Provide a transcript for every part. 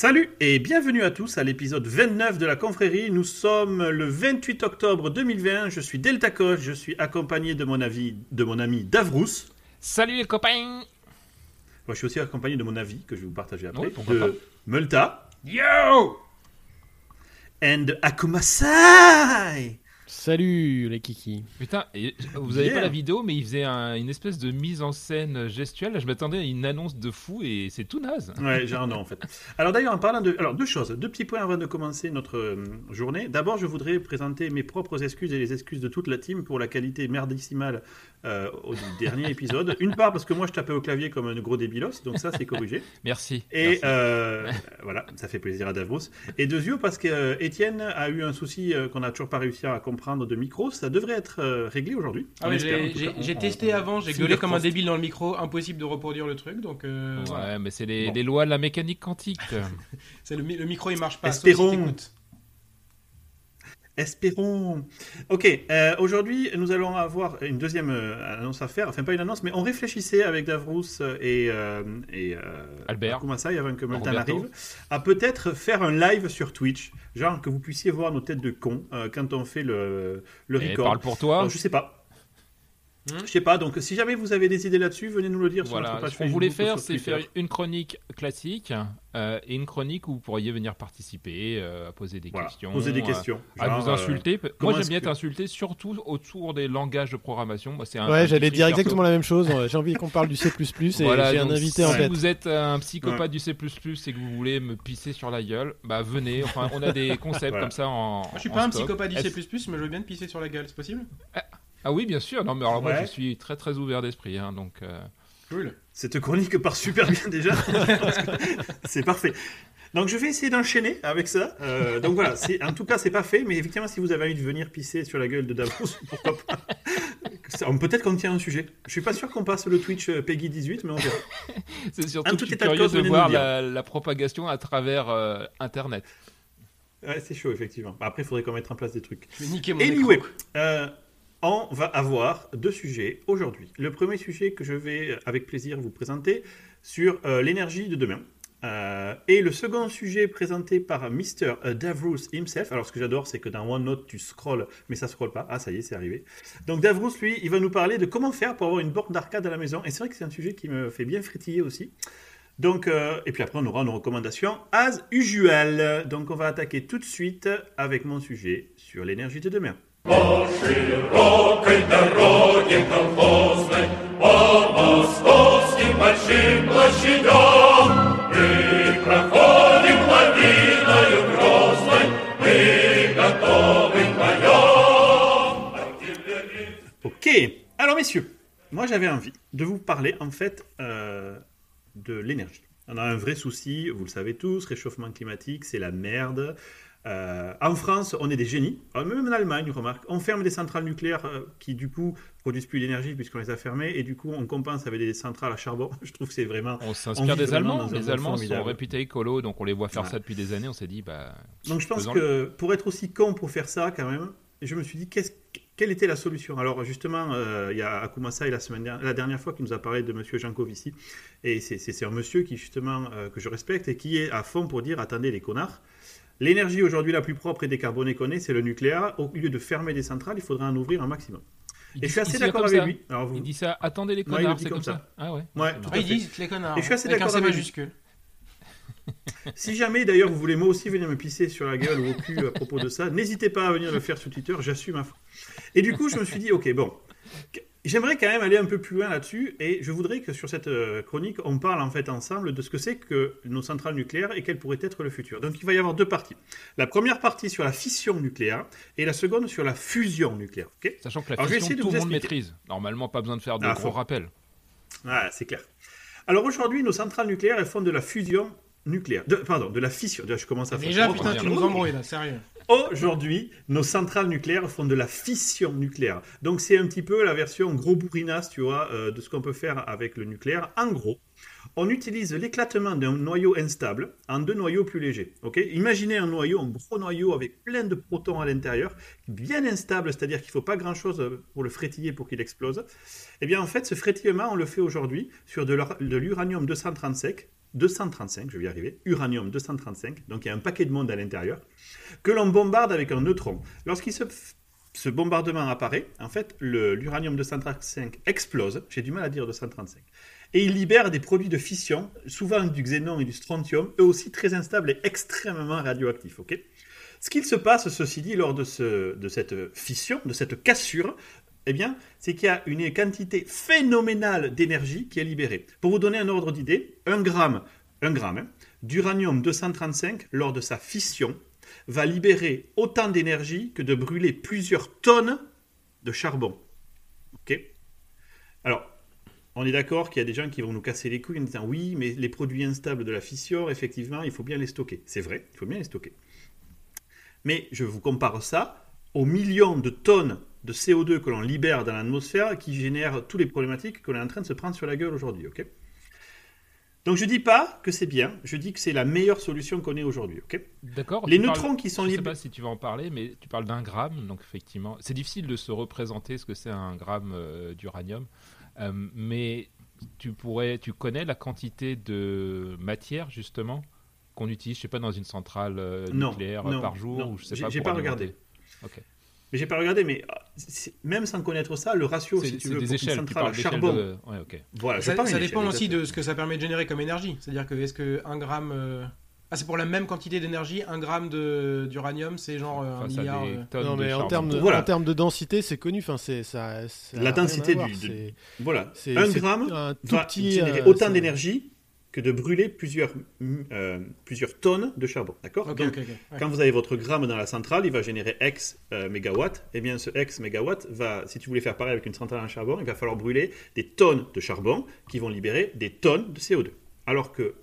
Salut et bienvenue à tous à l'épisode 29 de la confrérie. Nous sommes le 28 octobre 2020. Je suis Delta Coach, je suis accompagné de mon ami Davrous. Salut les copains. Moi, je suis aussi accompagné de mon avis que je vais vous partager après. Oui, de Multa. Yo. And Akumasai. Salut les kikis. Putain, vous avez pas la vidéo, mais il faisait une espèce de mise en scène gestuelle. Je m'attendais à une annonce de fou et c'est tout naze. Ouais, j'ai un nom en fait. Alors d'ailleurs, en parlant de... Alors deux choses, deux petits points avant de commencer notre journée. D'abord, je voudrais présenter mes propres excuses et les excuses de toute la team pour la qualité merdissimale du dernier épisode. Une part parce que moi je tapais au clavier comme un gros débilos, donc ça c'est corrigé. Merci. Et voilà, ça fait plaisir à Davros. Et deuxièmement parce que Étienne a eu un souci qu'on n'a toujours pas réussi à comprendre de micro. Ça devrait être réglé aujourd'hui. Ah ouais, j'ai testé avant, j'ai gueulé comme un débile dans le micro, impossible de reproduire le truc. Donc ouais, mais c'est les lois de la mécanique quantique. C'est le micro il marche pas. Espérons. Ok, aujourd'hui, nous allons avoir une deuxième annonce à faire. Enfin, pas une annonce, mais on réfléchissait avec Davrous et Albert Akumasai, avant que Multan arrive, à peut-être faire un live sur Twitch. Genre que vous puissiez voir nos têtes de cons quand on fait le record. Parle pour toi. Alors, je sais pas. Je sais pas, donc si jamais vous avez des idées là-dessus, venez nous le dire sur notre page Facebook. Ce qu'on voulait faire, c'est faire une chronique classique et une chronique où vous pourriez venir participer, à poser des questions. Poser des questions. À vous insulter. Moi, j'aime bien être insulté, surtout autour des langages de programmation. Moi, j'allais dire exactement la même chose. J'ai envie qu'on parle du C++ et voilà, j'ai un invité en tête. Si vous êtes un psychopathe du C++ et que vous voulez me pisser sur la gueule, bah venez. Enfin, on a des concepts comme ça en. Moi, je suis pas un psychopathe du C++, mais je veux bien te pisser sur la gueule, c'est possible? Ah oui, bien sûr. Non, mais alors moi, je suis très très ouvert d'esprit, hein, donc. Cool. Cette chronique part super bien déjà. C'est parfait. Donc je vais essayer d'enchaîner avec ça. Donc voilà, en tout cas, c'est pas fait, mais effectivement, si vous avez envie de venir pisser sur la gueule de Davros, pourquoi pas. Peut-être qu'on tient un sujet. Je suis pas sûr qu'on passe le Twitch Peggy 18, mais on verra. C'est surtout que je suis curieux de voir la propagation à travers Internet. Ouais, c'est chaud, effectivement. Après, il faudrait qu'on mette en place des trucs. Je vais niquer mon écran. On va avoir deux sujets aujourd'hui. Le premier sujet que je vais avec plaisir vous présenter sur l'énergie de demain. Et le second sujet présenté par Mr. Davrous himself. Alors ce que j'adore, c'est que dans OneNote, tu scrolles, mais ça ne scrolle pas. Ah, ça y est, c'est arrivé. Donc Davrous, lui, il va nous parler de comment faire pour avoir une borne d'arcade à la maison. Et c'est vrai que c'est un sujet qui me fait bien frétiller aussi. Donc, et puis après, on aura nos recommandations as usual. Donc on va attaquer tout de suite avec mon sujet sur l'énergie de demain. По широкой дороге колхозной, по московским большим площадям мы проходим лавиною грозной, мы готовы к боям. Ok, alors messieurs, moi j'avais envie de vous parler en fait de l'énergie. On a un vrai souci, vous le savez tous, réchauffement climatique, c'est la merde. En France, on est des génies. Même en Allemagne, remarque, on ferme des centrales nucléaires qui, du coup, produisent plus d'énergie puisqu'on les a fermées. Et du coup, on compense avec des centrales à charbon. Je trouve que c'est vraiment... On s'inspire des Allemands. Les Allemands sont réputés écolos, donc on les voit faire ça depuis des années. On s'est dit, donc je pense que pour être aussi con pour faire ça, quand même, je me suis dit, quelle était la solution? Alors justement, il y a Akumasai la dernière fois qui nous a parlé de monsieur Jancovici. Et c'est un monsieur qui, justement, que je respecte et qui est à fond pour dire, attendez les connards, l'énergie aujourd'hui la plus propre et décarbonée qu'on ait, c'est le nucléaire. Au lieu de fermer des centrales, il faudrait en ouvrir un maximum. Et je suis assez d'accord avec lui. Alors, il dit ça, attendez les connards, c'est comme ça. Ah ouais. Ils disent les connards. Et je suis assez d'accord avec majuscule. Si jamais d'ailleurs vous voulez moi aussi venir me pisser sur la gueule ou au cul à propos de ça, n'hésitez pas à venir le faire sur Twitter, j'assume à fond. Et du coup, je me suis dit, ok, bon, j'aimerais quand même aller un peu plus loin là-dessus et je voudrais que sur cette chronique, on parle en fait ensemble de ce que c'est que nos centrales nucléaires et quel pourrait être le futur. Donc il va y avoir deux parties. La première partie sur la fission nucléaire et la seconde sur la fusion nucléaire. Okay, sachant que la fission, tout le monde maîtrise. Normalement, pas besoin de faire de gros rappels. Ah, c'est clair. Alors aujourd'hui, nos centrales nucléaires, elles font de la fusion nucléaire. De la fission. Je commence à faire. Déjà, putain, tu nous embrouilles là, sérieux. Aujourd'hui, nos centrales nucléaires font de la fission nucléaire. Donc, c'est un petit peu la version gros bourrinasse, tu vois, de ce qu'on peut faire avec le nucléaire. En gros, on utilise l'éclatement d'un noyau instable en deux noyaux plus légers. Okay, imaginez un gros noyau avec plein de protons à l'intérieur, bien instable, c'est-à-dire qu'il ne faut pas grand-chose pour le frétiller pour qu'il explose. Eh bien, en fait, ce frétillement, on le fait aujourd'hui sur de l'uranium 230 sec, 235, je vais y arriver, uranium 235, donc il y a un paquet de monde à l'intérieur, que l'on bombarde avec un neutron. Lorsqu'il ce bombardement apparaît, en fait, l'uranium 235 explose, j'ai du mal à dire 235, et il libère des produits de fission, souvent du xénon et du strontium, eux aussi très instables et extrêmement radioactifs. Okay, ce qu'il se passe, ceci dit, lors de cette fission, de cette cassure, eh bien, c'est qu'il y a une quantité phénoménale d'énergie qui est libérée. Pour vous donner un ordre d'idée, un gramme d'uranium 235, lors de sa fission, va libérer autant d'énergie que de brûler plusieurs tonnes de charbon. Ok ? Alors, on est d'accord qu'il y a des gens qui vont nous casser les couilles en disant « Oui, mais les produits instables de la fission, effectivement, il faut bien les stocker. » C'est vrai, il faut bien les stocker. Mais je vous compare ça aux millions de tonnes de CO2 que l'on libère dans l'atmosphère qui génèrent toutes les problématiques que l'on est en train de se prendre sur la gueule aujourd'hui. Okay, donc je ne dis pas que c'est bien, je dis que c'est la meilleure solution qu'on ait aujourd'hui. Okay, d'accord. Les neutrons qui sont libérés... Je ne sais pas si tu vas en parler, mais tu parles d'un gramme, donc effectivement, c'est difficile de se représenter ce que c'est un gramme d'uranium, mais tu connais la quantité de matière justement qu'on utilise, je sais pas, dans une centrale nucléaire par jour, non. Ou je sais pas. J'ai pas regardé. Ok. Mais j'ai pas regardé, mais même sans connaître ça, le ratio, si tu veux, pour une centrale à charbon... Ouais, okay. Voilà, ça dépend aussi de ce que ça permet de générer comme énergie. C'est-à-dire que est-ce que 1 gramme... Ah, c'est pour la même quantité d'énergie, 1 gramme d'uranium, c'est genre 1 milliard... Non, mais en termes de densité, c'est connu. Enfin, ça la densité Voilà. Un gramme va générer autant d'énergie que de brûler plusieurs tonnes de charbon. D'accord ? Okay. Quand vous avez votre gramme dans la centrale, il va générer X mégawatts. Et bien, ce X mégawatts va, si tu voulais faire pareil avec une centrale à charbon, il va falloir brûler des tonnes de charbon qui vont libérer des tonnes de CO2. Alors que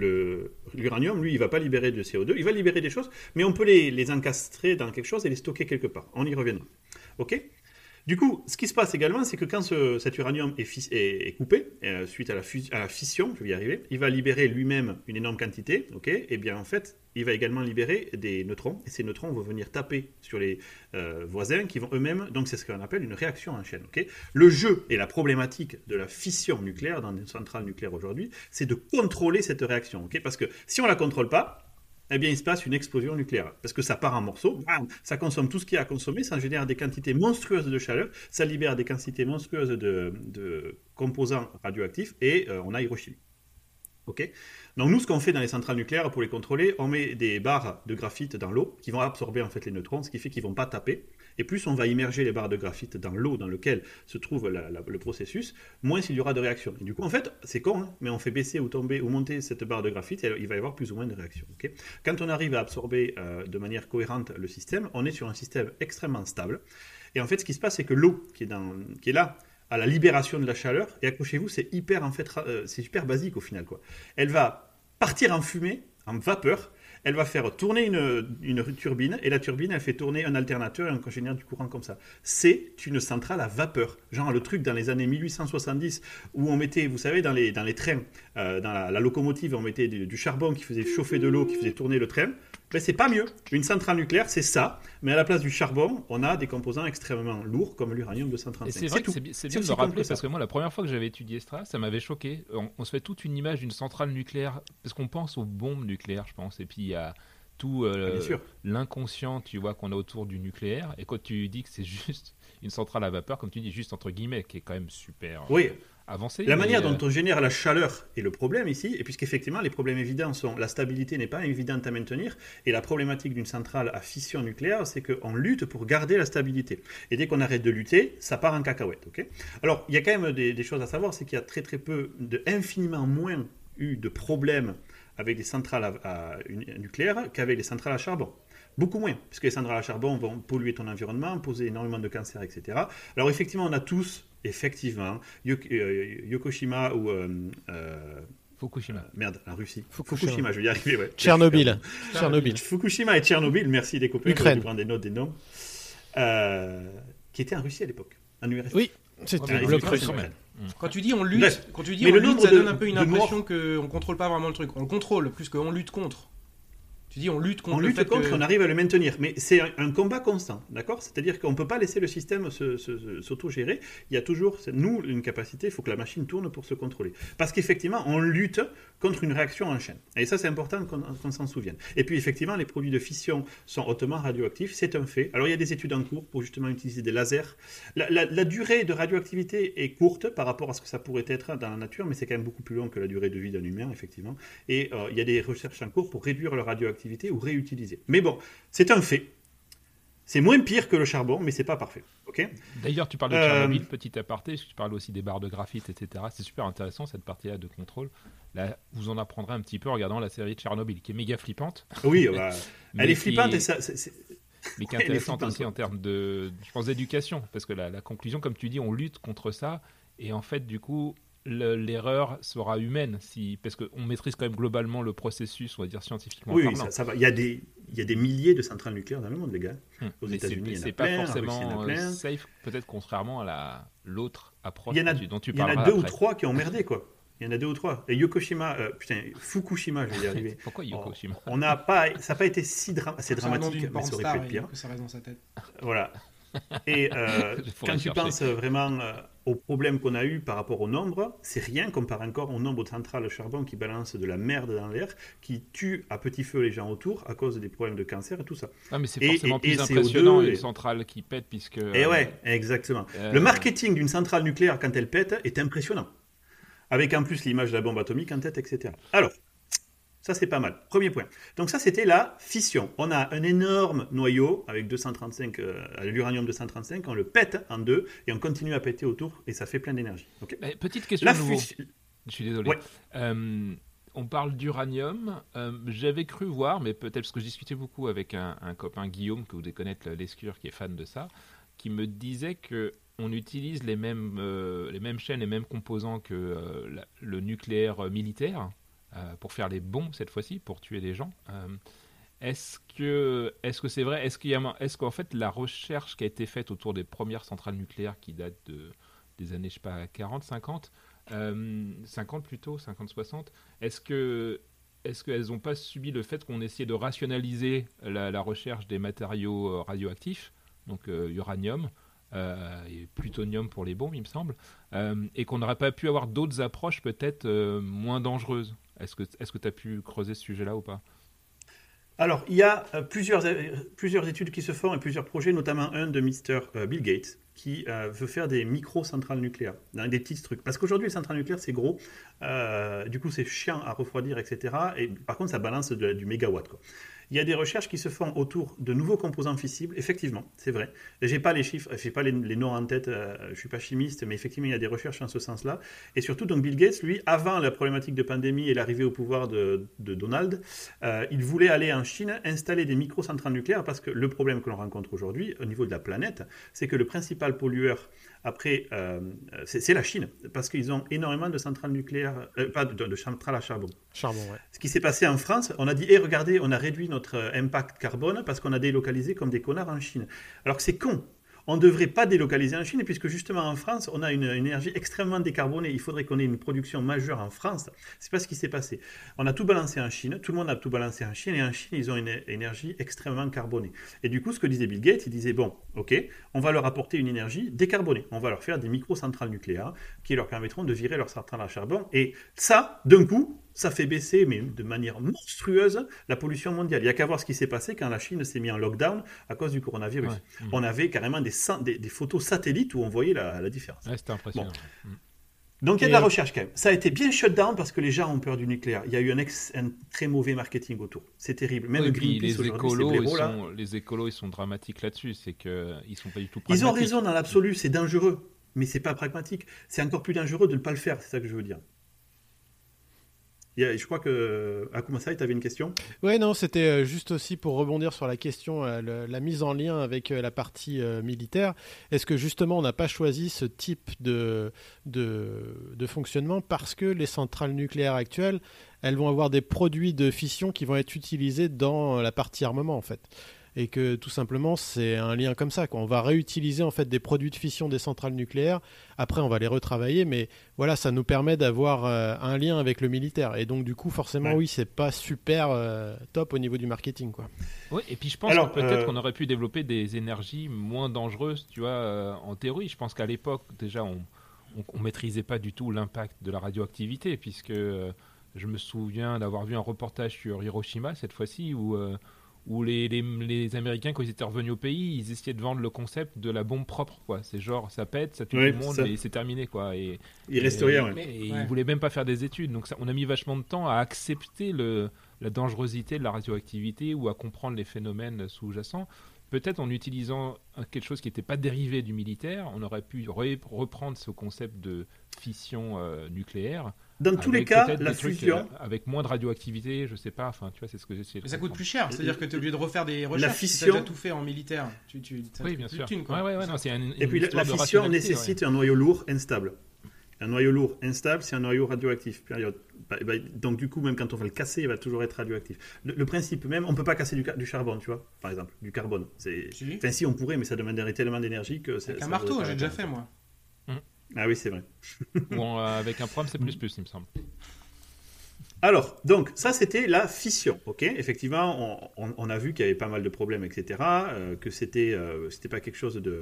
l'uranium, lui, il ne va pas libérer de CO2, il va libérer des choses, mais on peut les encastrer dans quelque chose et les stocker quelque part. On y reviendra. Ok ? Du coup, ce qui se passe également, c'est que quand cet uranium est coupé, suite à la fission, je vais y arriver, il va libérer lui-même une énorme quantité, ok ? Et bien en fait, il va également libérer des neutrons, et ces neutrons vont venir taper sur les voisins qui vont eux-mêmes, donc c'est ce qu'on appelle une réaction en chaîne, ok ? Le jeu et la problématique de la fission nucléaire dans une centrale nucléaire aujourd'hui, c'est de contrôler cette réaction, ok ? Parce que si on ne la contrôle pas, eh bien, il se passe une explosion nucléaire. Parce que ça part en morceaux, ça consomme tout ce qu'il y a à consommer, ça génère des quantités monstrueuses de chaleur, ça libère des quantités monstrueuses de composants radioactifs, et on a Hiroshima. Okay, donc nous, ce qu'on fait dans les centrales nucléaires pour les contrôler, on met des barres de graphite dans l'eau qui vont absorber en fait les neutrons, ce qui fait qu'ils ne vont pas taper. Et plus on va immerger les barres de graphite dans l'eau dans laquelle se trouve le processus, moins il y aura de réaction. Et du coup, en fait, c'est con, hein, mais on fait baisser ou tomber ou monter cette barre de graphite, et il va y avoir plus ou moins de réaction. Okay, quand on arrive à absorber de manière cohérente le système, on est sur un système extrêmement stable. Et en fait, ce qui se passe, c'est que l'eau qui est là, à la libération de la chaleur, et accrochez-vous, c'est super basique au final, quoi. Elle va partir en fumée, en vapeur, elle va faire tourner une turbine, et la turbine, elle fait tourner un alternateur et un congénère du courant comme ça. C'est une centrale à vapeur. Genre le truc dans les années 1870, où on mettait, vous savez, dans les trains, dans la locomotive, on mettait du charbon qui faisait chauffer de l'eau, qui faisait tourner le train. Ben, c'est pas mieux. Une centrale nucléaire, c'est ça, mais à la place du charbon, on a des composants extrêmement lourds, comme l'uranium 235. Et c'est vrai que c'est bien de le rappeler, parce que moi, la première fois que j'avais étudié ça m'avait choqué. On se fait toute une image d'une centrale nucléaire, parce qu'on pense aux bombes nucléaires, je pense, et puis il y a tout l'inconscient, tu vois, qu'on a autour du nucléaire, et quand tu dis que c'est juste une centrale à vapeur, comme tu dis, juste entre guillemets, qui est quand même super avancée. La manière dont on génère la chaleur est le problème ici, et puisqu'effectivement les problèmes évidents sont la stabilité n'est pas évidente à maintenir, et la problématique d'une centrale à fission nucléaire, c'est qu'on lutte pour garder la stabilité. Et dès qu'on arrête de lutter, ça part en cacahuète. Okay, alors, il y a quand même des choses à savoir, c'est qu'il y a très très peu, infiniment moins eu de problèmes avec des centrales nucléaires qu'avec les centrales à charbon. Beaucoup moins, puisque les centrales à charbon vont polluer ton environnement, poser énormément de cancers, etc. Alors effectivement, on a tous, Yokoshima ou... Fukushima. En Russie. Fukushima, je vais y arriver, ouais. Tchernobyl. Fukushima et Tchernobyl, merci les copains, Ukraine. je prends des notes, des noms. Qui était en Russie à l'époque, en URSS. Oui, c'était le bloc russe. Quand tu dis on lutte, Bref. quand tu dis Mais on le lutte, nombre ça de- donne un peu une de impression morts- qu'on contrôle pas vraiment le truc. On le contrôle plus qu'on lutte contre. Tu dis on lutte contre on arrive à le maintenir, mais c'est un combat constant, d'accord ? C'est-à-dire qu'on ne peut pas laisser le système s'auto-gérer. Il y a toujours, nous, une capacité, il faut que la machine tourne pour se contrôler. Parce qu'effectivement, on lutte contre une réaction en chaîne. Et ça, c'est important qu'on s'en souvienne. Et puis, effectivement, les produits de fission sont hautement radioactifs, c'est un fait. Alors, il y a des études en cours pour justement utiliser des lasers. La durée de radioactivité est courte par rapport à ce que ça pourrait être dans la nature, mais c'est quand même beaucoup plus long que la durée de vie d'un humain, effectivement. Et il y a des recherches en cours pour réduire la radioactivité ou réutiliser. Mais bon, c'est un fait. C'est moins pire que le charbon, mais c'est pas parfait. Okay. D'ailleurs, tu parles de Tchernobyl, petit aparté, tu parles aussi des barres de graphite, etc. C'est super intéressant cette partie-là de contrôle. Là, vous en apprendrez un petit peu en regardant la série de Tchernobyl, qui est méga flippante. Oui, elle est flippante et ça... Mais qui est intéressante aussi en termes de, je pense, d'éducation, parce que la conclusion, comme tu dis, on lutte contre ça, et en fait, du coup, l'erreur sera humaine, parce qu'on maîtrise quand même globalement le processus, on va dire scientifiquement parlant. Oui, ça va. Il y a des milliers de centrales nucléaires dans le monde, les gars. Aux États-Unis, c'est pas forcément safe, peut-être contrairement à l'autre approche dont tu parles. Il y en a deux ou trois qui ont merdé, quoi. Il y en a 2 ou 3. Et Fukushima, je vais y arriver. Pourquoi Yokoshima ? Ça n'a pas été si dramatique, mais ça aurait pu être pire. Ça reste dans sa tête. Voilà. Et quand tu penses vraiment au problème qu'on a eu par rapport au nombre, c'est rien comparé encore au nombre de centrales à charbon qui balancent de la merde dans l'air, qui tuent à petit feu les gens autour à cause des problèmes de cancer et tout ça. Ah, mais c'est forcément plus impressionnant une centrale qui pète, puisque... Et ouais, exactement. Le marketing d'une centrale nucléaire quand elle pète est impressionnant. Avec en plus l'image de la bombe atomique en tête, etc. Alors, ça c'est pas mal. Premier point. Donc ça c'était la fission. On a un énorme noyau avec 235, l'uranium 235, on le pète en deux et on continue à péter autour et ça fait plein d'énergie. Okay. Petite question Je suis désolé. Ouais. On parle d'uranium. J'avais cru voir, mais peut-être parce que je discutais beaucoup avec un copain Guillaume, que vous devez connaître, l'Escure, qui est fan de ça, qui me disait que on utilise les mêmes chaînes, les mêmes composants que le nucléaire militaire pour faire les bombes cette fois-ci, pour tuer des gens. Est-ce que c'est vrai ? Est-ce qu'en fait la recherche qui a été faite autour des premières centrales nucléaires qui datent des années, je sais pas, 40, 50, 50 plutôt, 50, 60, est-ce qu'elles n'ont pas subi le fait qu'on essayait de rationaliser la recherche des matériaux radioactifs, donc uranium, et plutonium pour les bombes, il me semble, et qu'on n'aurait pas pu avoir d'autres approches peut-être moins dangereuses. Est-ce que tu as pu creuser ce sujet-là ou pas ? Alors, il y a plusieurs études qui se font et plusieurs projets, notamment un de Mr. Bill Gates, qui veut faire des micro-centrales nucléaires, des petits trucs. Parce qu'aujourd'hui, les centrales nucléaires, c'est gros, du coup, c'est chiant à refroidir, etc. Et par contre, ça balance du mégawatt, quoi. Il y a des recherches qui se font autour de nouveaux composants fissibles, effectivement, c'est vrai. Je n'ai pas les chiffres, je n'ai pas les noms en tête, je ne suis pas chimiste, mais effectivement, il y a des recherches en ce sens-là. Et surtout, donc Bill Gates, lui, avant la problématique de pandémie et l'arrivée au pouvoir de Donald, il voulait aller en Chine installer des micro-centrales nucléaires parce que le problème que l'on rencontre aujourd'hui, au niveau de la planète, c'est que le principal pollueur, après, c'est la Chine, parce qu'ils ont énormément de centrales nucléaires, pas de centrales à charbon. Charbon, ouais. Ce qui s'est passé en France, on a dit, regardez, on a réduit notre impact carbone parce qu'on a délocalisé comme des connards en Chine. Alors que c'est con. On ne devrait pas délocaliser en Chine, puisque justement en France, on a une énergie extrêmement décarbonée. Il faudrait qu'on ait une production majeure en France. C'est pas ce qui s'est passé. On a tout balancé en Chine, tout le monde a tout balancé en Chine, et en Chine, ils ont une énergie extrêmement carbonée. Et du coup, ce que disait Bill Gates, il disait, bon, ok, on va leur apporter une énergie décarbonée. On va leur faire des micro-centrales nucléaires qui leur permettront de virer leurs centrales à charbon. Et ça, d'un coup, ça fait baisser, mais de manière monstrueuse, la pollution mondiale. Il n'y a qu'à voir ce qui s'est passé quand la Chine s'est mise en lockdown à cause du coronavirus. Ouais. On avait carrément des photos satellites où on voyait la différence. Ouais, c'était impressionnant. Bon. Donc il y a de la recherche quand même. Ça a été bien shut down parce que les gens ont peur du nucléaire. Il y a eu un très mauvais marketing autour. C'est terrible. Même Greenpeace aujourd'hui, les écolos, ils sont dramatiques là-dessus. C'est qu'ils sont pas du tout pragmatiques. Ils ont raison dans l'absolu. C'est dangereux, mais c'est pas pragmatique. C'est encore plus dangereux de ne pas le faire. C'est ça que je veux dire. Je crois que Akumasai, tu avais une question ? Oui, non, c'était juste aussi pour rebondir sur la question, la mise en lien avec la partie militaire. Est-ce que justement on n'a pas choisi ce type de fonctionnement parce que les centrales nucléaires actuelles, elles vont avoir des produits de fission qui vont être utilisés dans la partie armement en fait. et que tout simplement c'est un lien comme ça, quoi. On va réutiliser en fait des produits de fission des centrales nucléaires, après on va les retravailler, mais voilà, ça nous permet d'avoir un lien avec le militaire, et donc du coup forcément oui, c'est pas super top au niveau du marketing, quoi. Oui, et puis je pense que peut-être qu'on aurait pu développer des énergies moins dangereuses, tu vois, en théorie. Je pense qu'à l'époque déjà on maîtrisait pas du tout l'impact de la radioactivité, puisque je me souviens d'avoir vu un reportage sur Hiroshima cette fois-ci où les Américains, quand ils étaient revenus au pays, ils essayaient de vendre le concept de la bombe propre, quoi. C'est genre, ça pète, ça tue tout le monde et c'est terminé, quoi. Il reste rien, ils voulaient même pas faire des études. Donc on a mis vachement de temps à accepter la dangerosité de la radioactivité ou à comprendre les phénomènes sous-jacents. Peut-être en utilisant quelque chose qui n'était pas dérivé du militaire, on aurait pu reprendre ce concept de fission nucléaire. Dans tous les cas, la fusion... avec moins de radioactivité, je sais pas, enfin, tu vois, c'est ce que j'essaie de Mais ça coûte plus cher, c'est-à-dire que tu es obligé de refaire des recherches. La fission... Si tu as déjà tout fait en militaire, oui, bien sûr. Thune, quoi. Ouais, non, c'est et puis la fission nécessite un noyau lourd instable. Un noyau lourd instable, c'est un noyau radioactif, période. Donc du coup, même quand on va le casser, il va toujours être radioactif. Le principe même, on ne peut pas casser du charbon, tu vois, par exemple, du carbone. Enfin si, on pourrait, mais ça demanderait tellement d'énergie que... Avec un marteau, j'ai déjà fait, moi. Ah oui, c'est vrai. Bon, avec un prom, c'est plus, il me semble. Alors, donc, ça, c'était la fission, ok ? Effectivement, on a vu qu'il y avait pas mal de problèmes, etc., que c'était pas quelque chose de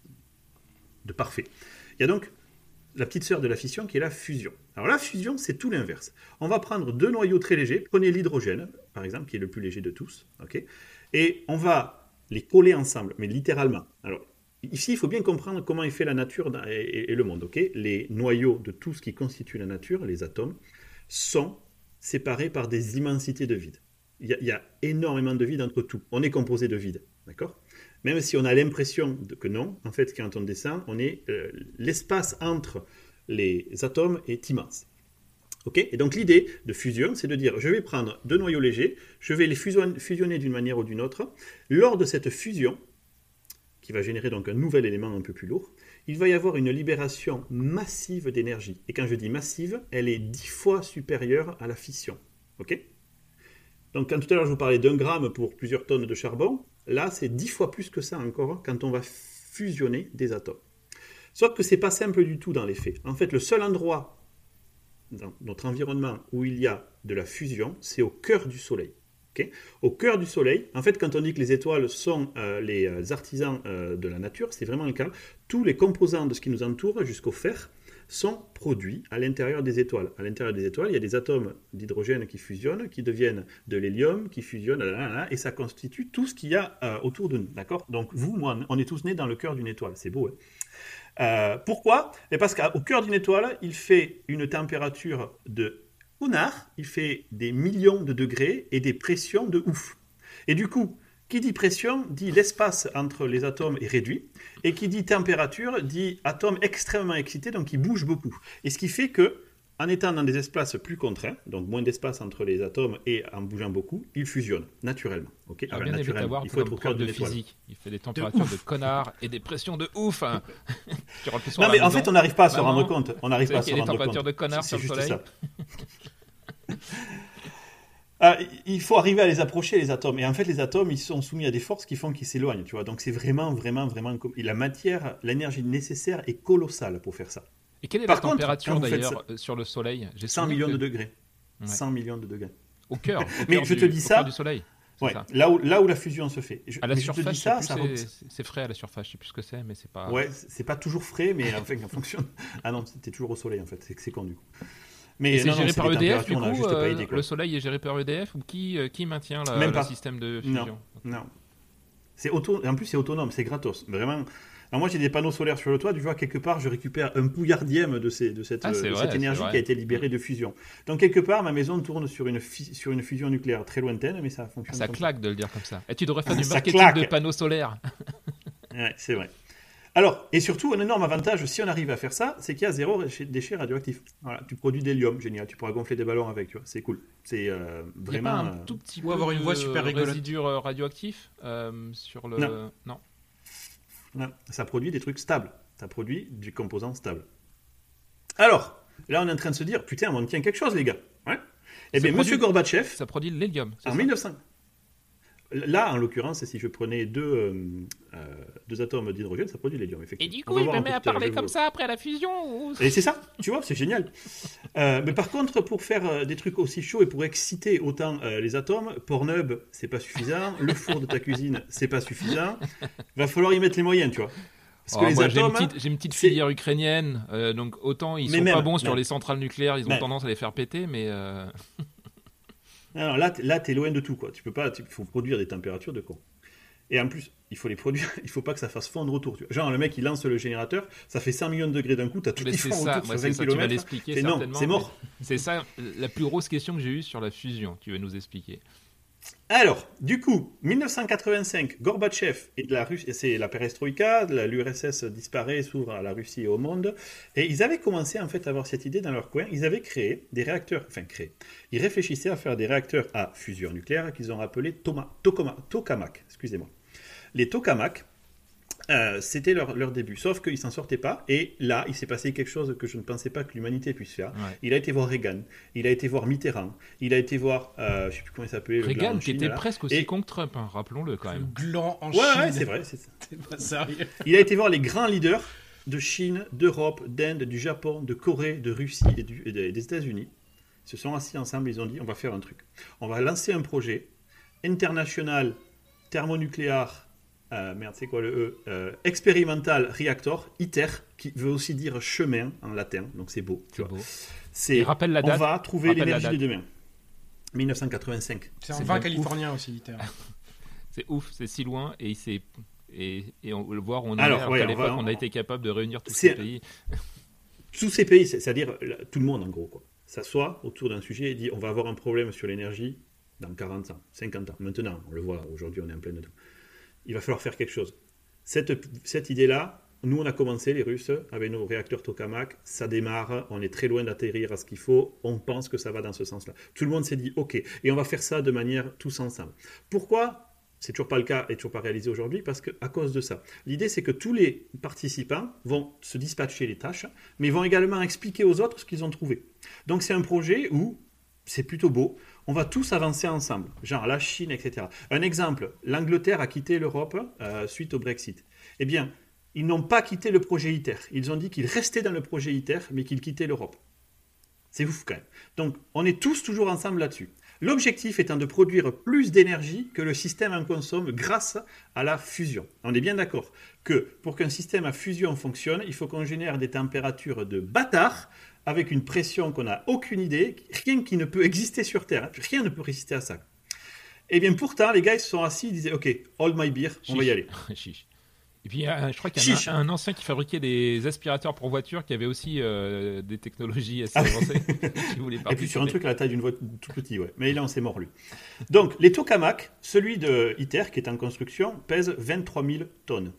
parfait. Il y a donc la petite sœur de la fission qui est la fusion. Alors, la fusion, c'est tout l'inverse. On va prendre deux noyaux très légers, prenez l'hydrogène, par exemple, qui est le plus léger de tous, ok ? Et on va les coller ensemble, mais littéralement. Alors, ici, il faut bien comprendre comment est fait la nature et le monde, ok ? Les noyaux de tout ce qui constitue la nature, les atomes, sont séparés par des immensités de vide. Il y a énormément de vide entre tout. On est composé de vide, d'accord ? Même si on a l'impression que non, en fait, quand on descend, l'espace entre les atomes est immense. Okay ? Et donc l'idée de fusion, c'est de dire, je vais prendre deux noyaux légers, je vais les fusionner d'une manière ou d'une autre. Lors de cette fusion, qui va générer donc un nouvel élément un peu plus lourd, il va y avoir une libération massive d'énergie. Et quand je dis massive, elle est 10 fois supérieure à la fission. Ok ? Donc quand tout à l'heure je vous parlais d'1 gramme pour plusieurs tonnes de charbon, là c'est 10 fois plus que ça encore quand on va fusionner des atomes. Sauf que c'est pas simple du tout dans les faits. En fait, le seul endroit dans notre environnement où il y a de la fusion, c'est au cœur du Soleil. Okay. Au cœur du Soleil, en fait, quand on dit que les étoiles sont les artisans de la nature, c'est vraiment le cas. Tous les composants de ce qui nous entoure, jusqu'au fer, sont produits à l'intérieur des étoiles. À l'intérieur des étoiles, il y a des atomes d'hydrogène qui fusionnent, qui deviennent de l'hélium, qui fusionnent, et ça constitue tout ce qu'il y a autour de nous. D'accord ? Donc vous, moi, on est tous nés dans le cœur d'une étoile. C'est beau, hein ? Pourquoi ? Parce qu'au cœur d'une étoile, il fait une température de Unnar, il fait des millions de degrés et des pressions de ouf. Et du coup, qui dit pression dit l'espace entre les atomes est réduit, et qui dit température dit atomes extrêmement excités, donc qui bougent beaucoup. Et ce qui fait que, en étant dans des espaces plus contraints, donc moins d'espace entre les atomes et en bougeant beaucoup, ils fusionnent naturellement. Okay ? Alors, bien naturellement, il faut être au cœur de physique. Il fait des températures de connard et des pressions de ouf. Hein. Non, mais en fait, on n'arrive pas à se rendre compte. On n'arrive pas à se rendre compte. Il y a des températures de connard sur le soleil. Il faut arriver à les approcher, les atomes. Et en fait, les atomes, ils sont soumis à des forces qui font qu'ils s'éloignent. Tu vois. Donc, c'est vraiment... Et la matière, l'énergie nécessaire est colossale pour faire ça. Et quelle est la température d'ailleurs sur le Soleil ? 100 millions de degrés. Ouais. 100 millions de degrés. Au cœur. Mais je te dis ça. Du Soleil. Ouais, là où la fusion se fait. À la surface, c'est frais à la surface. Je sais plus ce que c'est, mais c'est pas. Ouais, c'est pas toujours frais, mais en fonction. Ah non, c'était toujours au Soleil en fait. C'est con du coup. Mais c'est géré par EDF du coup. Le Soleil est géré par EDF ou qui maintient le système de fusion ? Non. En plus, c'est autonome, c'est gratos. Vraiment. Alors moi, j'ai des panneaux solaires sur le toit. Tu vois, quelque part, je récupère un pouillardième de cette énergie qui a été libérée de fusion. Donc, quelque part, ma maison tourne sur une fusion nucléaire très lointaine, mais ça fonctionne. Ça claque de le dire comme ça. Et tu devrais faire du marketing de panneaux solaires. Ouais, c'est vrai. Alors, et surtout, un énorme avantage, si on arrive à faire ça, c'est qu'il y a 0 déchets radioactifs. Voilà, tu produis de l'hélium, génial. Tu pourras gonfler des ballons avec, tu vois. C'est cool. C'est vraiment. Il y a pas un tout petit peu avoir une voix super rigolote. Résidus radioactifs sur le. Non. Non, ça produit des trucs stables. Ça produit du composant stable. Alors, là, on est en train de se dire, putain, on tient quelque chose, les gars. Ouais. Eh bien, Monsieur Gorbatchev. Ça produit de l'hélium. En 1900. Là, en l'occurrence, si je prenais deux atomes d'hydrogène, ça produit de l'hélium, effectivement. Et du coup, il me met à parler comme ça après la fusion ou... Et c'est ça, tu vois, c'est génial. Mais par contre, pour faire des trucs aussi chauds et pour exciter autant les atomes, Pornhub, c'est pas suffisant. Le four de ta cuisine, c'est pas suffisant. Va falloir y mettre les moyens, tu vois. Parce que les atomes, j'ai une petite filière ukrainienne, donc autant ils sont pas bons sur les centrales nucléaires, ils ont tendance à les faire péter, mais... Non, là, t'es loin de tout, quoi. Tu peux pas, il faut produire des températures de con. Et en plus, il faut les produire, il faut pas que ça fasse fondre autour. Tu vois. Genre, le mec, il lance le générateur, ça fait 100 millions de degrés d'un coup, t'as tout qui fond autour sur 20 km. Tu vas l'expliquer certainement. Non, c'est mort. C'est ça, la plus grosse question que j'ai eue sur la fusion, tu vas nous expliquer. Alors, du coup, 1985, Gorbatchev et de la Russie, c'est la perestroïka, l'URSS disparaît, s'ouvre à la Russie et au monde, et ils avaient commencé en fait à avoir cette idée dans leur coin. Ils avaient créé des réacteurs, ils réfléchissaient à faire des réacteurs à fusion nucléaire qu'ils ont appelés tokamak, excusez-moi. Les tokamak, c'était leur début, sauf qu'ils s'en sortaient pas, et là il s'est passé quelque chose que je ne pensais pas que l'humanité puisse faire. Ouais. Il a été voir Reagan, il a été voir Mitterrand, il a été voir je sais plus comment il s'appelait, Reagan qui était presque aussi contre Trump, hein, rappelons-le quand même. Le gland en Chine. Ouais, c'est vrai, c'est pas sérieux. Il a été voir les grands leaders de Chine, d'Europe, d'Inde, du Japon, de Corée, de Russie et des États-Unis. Ils se sont assis ensemble, ils ont dit on va faire un truc, on va lancer un projet international thermonucléaire. C'est quoi le E Experimental Reactor, ITER, qui veut aussi dire chemin en latin, donc c'est beau. C'est beau. Rappelle la date. On va trouver l'énergie de demain. 1985. C'est en 20 californien aussi, ITER. C'est ouf, c'est si loin et on le voir, on a été capable de réunir tous ces pays. Tous ces pays, c'est-à-dire tout le monde en gros, quoi. S'assoit autour d'un sujet et dit on va avoir un problème sur l'énergie dans 40 ans, 50 ans. Maintenant, on le voit, aujourd'hui on est en plein dedans. Il va falloir faire quelque chose. Cette idée-là, nous on a commencé, les Russes, avec nos réacteurs tokamak, ça démarre, on est très loin d'atterrir à ce qu'il faut, on pense que ça va dans ce sens-là. Tout le monde s'est dit, ok, et on va faire ça de manière tous ensemble. Pourquoi ? C'est toujours pas le cas et toujours pas réalisé aujourd'hui, parce qu'à cause de ça. L'idée, c'est que tous les participants vont se dispatcher les tâches, mais vont également expliquer aux autres ce qu'ils ont trouvé. Donc c'est un projet où c'est plutôt beau. On va tous avancer ensemble, genre la Chine, etc. Un exemple, l'Angleterre a quitté l'Europe suite au Brexit. Eh bien, ils n'ont pas quitté le projet ITER. Ils ont dit qu'ils restaient dans le projet ITER, mais qu'ils quittaient l'Europe. C'est ouf quand même. Donc, on est tous toujours ensemble là-dessus. L'objectif étant de produire plus d'énergie que le système en consomme grâce à la fusion. On est bien d'accord que pour qu'un système à fusion fonctionne, il faut qu'on génère des températures de bâtard, avec une pression qu'on n'a aucune idée, rien qui ne peut exister sur Terre, rien ne peut résister à ça. Et bien pourtant, les gars ils se sont assis, ils disaient ok, hold my beer, on va y aller. Et puis je crois qu'il y a un ancien qui fabriquait des aspirateurs pour voitures qui avait aussi des technologies assez avancées. Et puis sur un truc à la taille d'une voiture tout petit, ouais. Mais là on s'est mort lui. Donc les tokamak, celui de ITER qui est en construction, pèse 23 000 tonnes.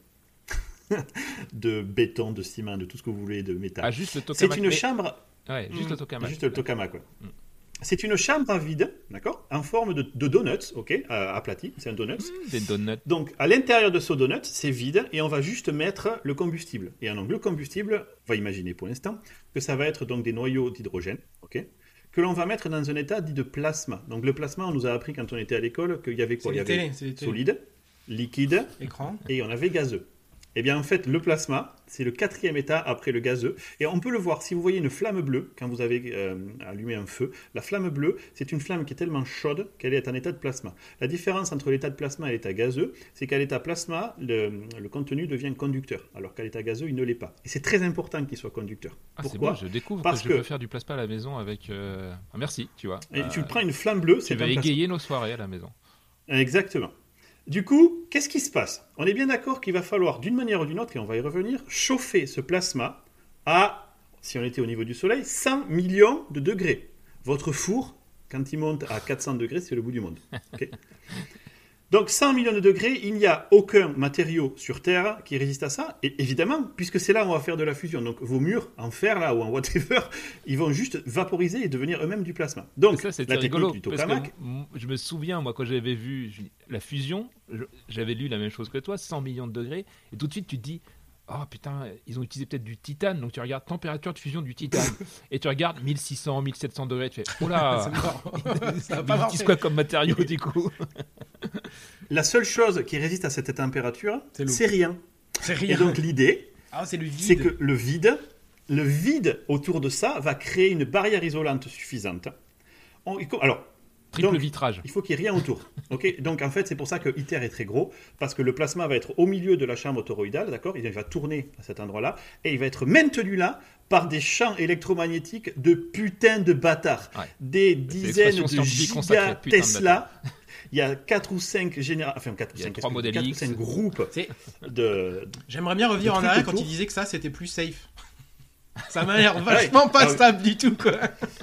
De béton, de ciment, de tout ce que vous voulez, de métal. Juste le tokamak. C'est une chambre. Ouais, juste le tokamak. Juste le tokamak, ouais. C'est une chambre à vide, d'accord, en forme de donuts, ok, aplati, c'est un donut. Des donuts. Donc à l'intérieur de ce donut, c'est vide et on va juste mettre le combustible. Et donc le combustible, on va imaginer pour l'instant que ça va être donc des noyaux d'hydrogène, ok, que l'on va mettre dans un état dit de plasma. Donc le plasma, on nous a appris quand on était à l'école qu'il y avait quoi ? Il y avait solide, liquide, écran, et on avait gazeux. Eh bien, en fait, le plasma, c'est le 4e état après le gazeux. Et on peut le voir, si vous voyez une flamme bleue, quand vous avez allumé un feu, la flamme bleue, c'est une flamme qui est tellement chaude qu'elle est en état de plasma. La différence entre l'état de plasma et l'état gazeux, c'est qu'à l'état plasma, le contenu devient conducteur, alors qu'à l'état gazeux, il ne l'est pas. Et c'est très important qu'il soit conducteur. Pourquoi ? C'est bon, je découvre que je peux faire du plasma à la maison avec... merci, tu vois. Et tu prends une flamme bleue, c'est un plasma. Tu vas égayer nos soirées à la maison. Exactement. Du coup, qu'est-ce qui se passe ? On est bien d'accord qu'il va falloir, d'une manière ou d'une autre, et on va y revenir, chauffer ce plasma à, si on était au niveau du Soleil, 100 millions de degrés. Votre four, quand il monte à 400 degrés, c'est le bout du monde. Okay. Donc 100 millions de degrés, il n'y a aucun matériau sur Terre qui résiste à ça. Et évidemment, puisque c'est là où on va faire de la fusion. Donc vos murs en fer là ou en whatever, ils vont juste vaporiser et devenir eux-mêmes du plasma. Donc ça, c'était rigolo, du tokamak. Je me souviens, moi, quand j'avais vu la fusion, j'avais lu la même chose que toi, 100 millions de degrés. Et tout de suite, tu te dis... Oh putain, ils ont utilisé peut-être du titane, donc tu regardes température de fusion du titane, et tu regardes 1600, 1700 degrés, tu fais, oh là, ça va ils utilisent quoi comme matériau du coup? La seule chose qui résiste à cette température, c'est rien. C'est rien. Et donc l'idée, c'est le vide. C'est que le vide autour de ça va créer une barrière isolante suffisante. Alors, triple vitrage. Il faut qu'il n'y ait rien autour. Okay, donc en fait, c'est pour ça que ITER est très gros, parce que le plasma va être au milieu de la chambre toroïdale, d'accord ? Il va tourner à cet endroit-là, et il va être maintenu là par des champs électromagnétiques de putain de bâtards. Ouais. Des dizaines de giga Tesla. Il y a 4 ou 5 générations, enfin 4 ou 5 groupes de... J'aimerais bien revenir en arrière quand il disait que ça, c'était plus safe. Ça m'a l'air vachement pas stable du tout, quoi.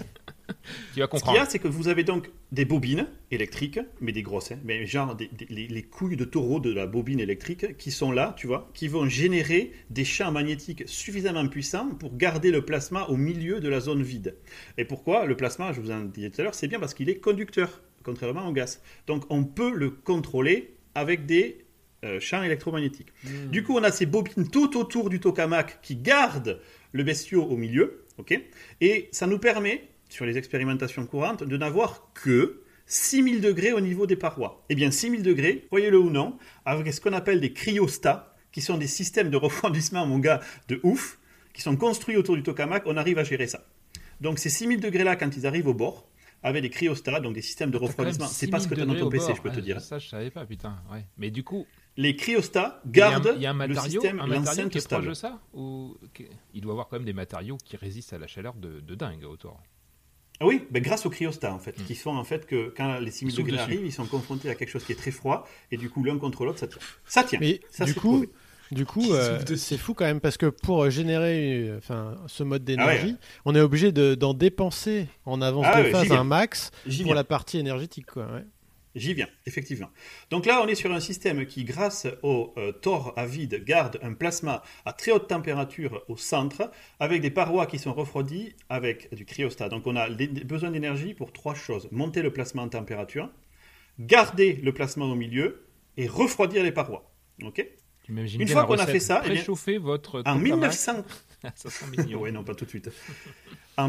Tu vas comprendre. Ce qu'il y a, c'est que vous avez donc des bobines électriques, mais des grosses, mais genre les couilles de taureau de la bobine électrique qui sont là, tu vois, qui vont générer des champs magnétiques suffisamment puissants pour garder le plasma au milieu de la zone vide. Et pourquoi ? Le plasma, je vous en disais tout à l'heure, c'est bien parce qu'il est conducteur, contrairement au gaz. Donc on peut le contrôler avec des champs électromagnétiques. Du coup, on a ces bobines tout autour du tokamak qui gardent le bestiau au milieu, ok ? Et ça nous permet, sur les expérimentations courantes, de n'avoir que 6000 degrés au niveau des parois. Eh bien, 6000 degrés, croyez-le ou non, avec ce qu'on appelle des cryostats, qui sont des systèmes de refroidissement, mon gars, de ouf, qui sont construits autour du tokamak, on arrive à gérer ça. Donc, ces 6000 degrés-là, quand ils arrivent au bord, avec des cryostats, donc des systèmes de refroidissement, c'est pas ce que tu as dans ton PC, je peux te dire. Ça, je savais pas, putain. Ouais. Mais du coup... Les cryostats gardent il y a un matériau, le système, matériau qui est stable. proche de ça ou... Il doit y avoir quand même des matériaux qui résistent à la chaleur de dingue autour. Ah oui, ben grâce aux cryostats en fait, qui font en fait que quand les 6000 degrés arrivent, ils sont confrontés à quelque chose qui est très froid et du coup l'un contre l'autre ça tient. Ça tient. Mais ça, du coup, c'est fou quand même parce que pour générer ce mode d'énergie, on est obligé d'en dépenser en avance de phase un max pour la partie énergétique, quoi. Ouais. J'y viens, effectivement. Donc là, on est sur un système qui, grâce au tore à vide, garde un plasma à très haute température au centre, avec des parois qui sont refroidies avec du cryostat. Donc on a besoin d'énergie pour 3 choses. Monter le plasma en température, garder le plasma au milieu et refroidir les parois. Ok ? Une fois qu'on a fait ça, préchauffer votre en 1900... Ça sent mignon. Oui, non, pas tout de suite. En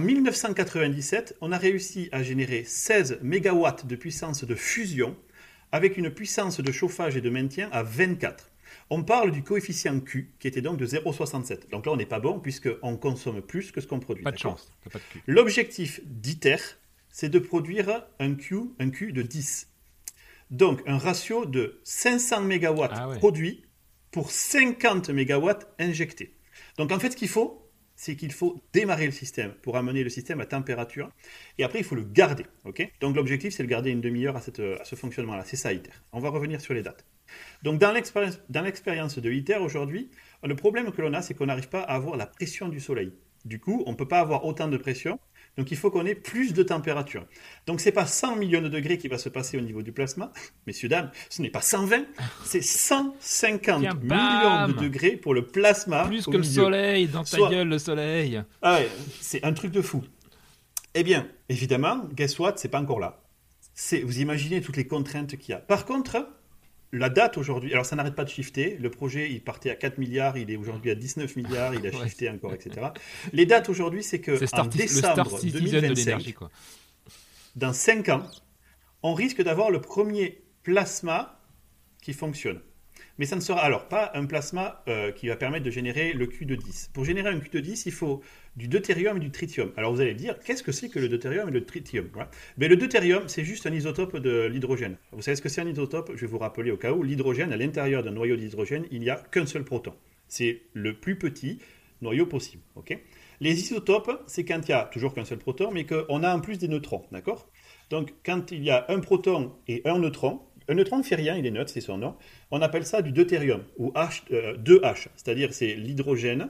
1997, on a réussi à générer 16 MW de puissance de fusion avec une puissance de chauffage et de maintien à 24. On parle du coefficient Q, qui était donc de 0,67. Donc là, on n'est pas bon, puisqu'on consomme plus que ce qu'on produit. Pas de chance. Pas de Q. L'objectif d'ITER, c'est de produire un Q de 10. Donc, un ratio de 500 MW produits pour 50 MW injectés. Donc en fait, ce qu'il faut, c'est qu'il faut démarrer le système pour amener le système à température. Et après, il faut le garder. Okay ? Donc l'objectif, c'est de garder une demi-heure à ce fonctionnement-là. C'est ça, ITER. On va revenir sur les dates. Donc dans l'expérience de ITER aujourd'hui, le problème que l'on a, c'est qu'on n'arrive pas à avoir la pression du soleil. Du coup, on ne peut pas avoir autant de pression. Donc il faut qu'on ait plus de température. Donc ce n'est pas 100 millions de degrés qui va se passer au niveau du plasma. Messieurs, dames, ce n'est pas 120, c'est 150 millions de degrés pour le plasma. Plus que le soleil, dans ta gueule le soleil. Ah ouais, c'est un truc de fou. Eh bien, évidemment, guess what, c'est pas encore là. Vous imaginez toutes les contraintes qu'il y a. Par contre, la date aujourd'hui, alors ça n'arrête pas de shifter. Le projet, il partait à 4 milliards, il est aujourd'hui à 19 milliards, il a shifté encore, etc. Les dates aujourd'hui, c'est que en décembre 2025, dans 5 ans, on risque d'avoir le premier plasma qui fonctionne. Mais ça ne sera alors pas un plasma qui va permettre de générer le Q de 10. Pour générer un Q de 10, il faut du deutérium et du tritium. Alors vous allez me dire, qu'est-ce que c'est que le deutérium et le tritium ? Mais le deutérium, c'est juste un isotope de l'hydrogène. Vous savez ce que c'est un isotope ? Je vais vous rappeler au cas où. L'hydrogène, à l'intérieur d'un noyau d'hydrogène, il n'y a qu'un seul proton. C'est le plus petit noyau possible. Okay ? Les isotopes, c'est quand il n'y a toujours qu'un seul proton, mais qu'on a en plus des neutrons. D'accord ? Donc quand il y a un proton et un neutron ne fait rien, il est neutre, c'est son nom. On appelle ça du deutérium, ou 2H, c'est-à-dire c'est l'hydrogène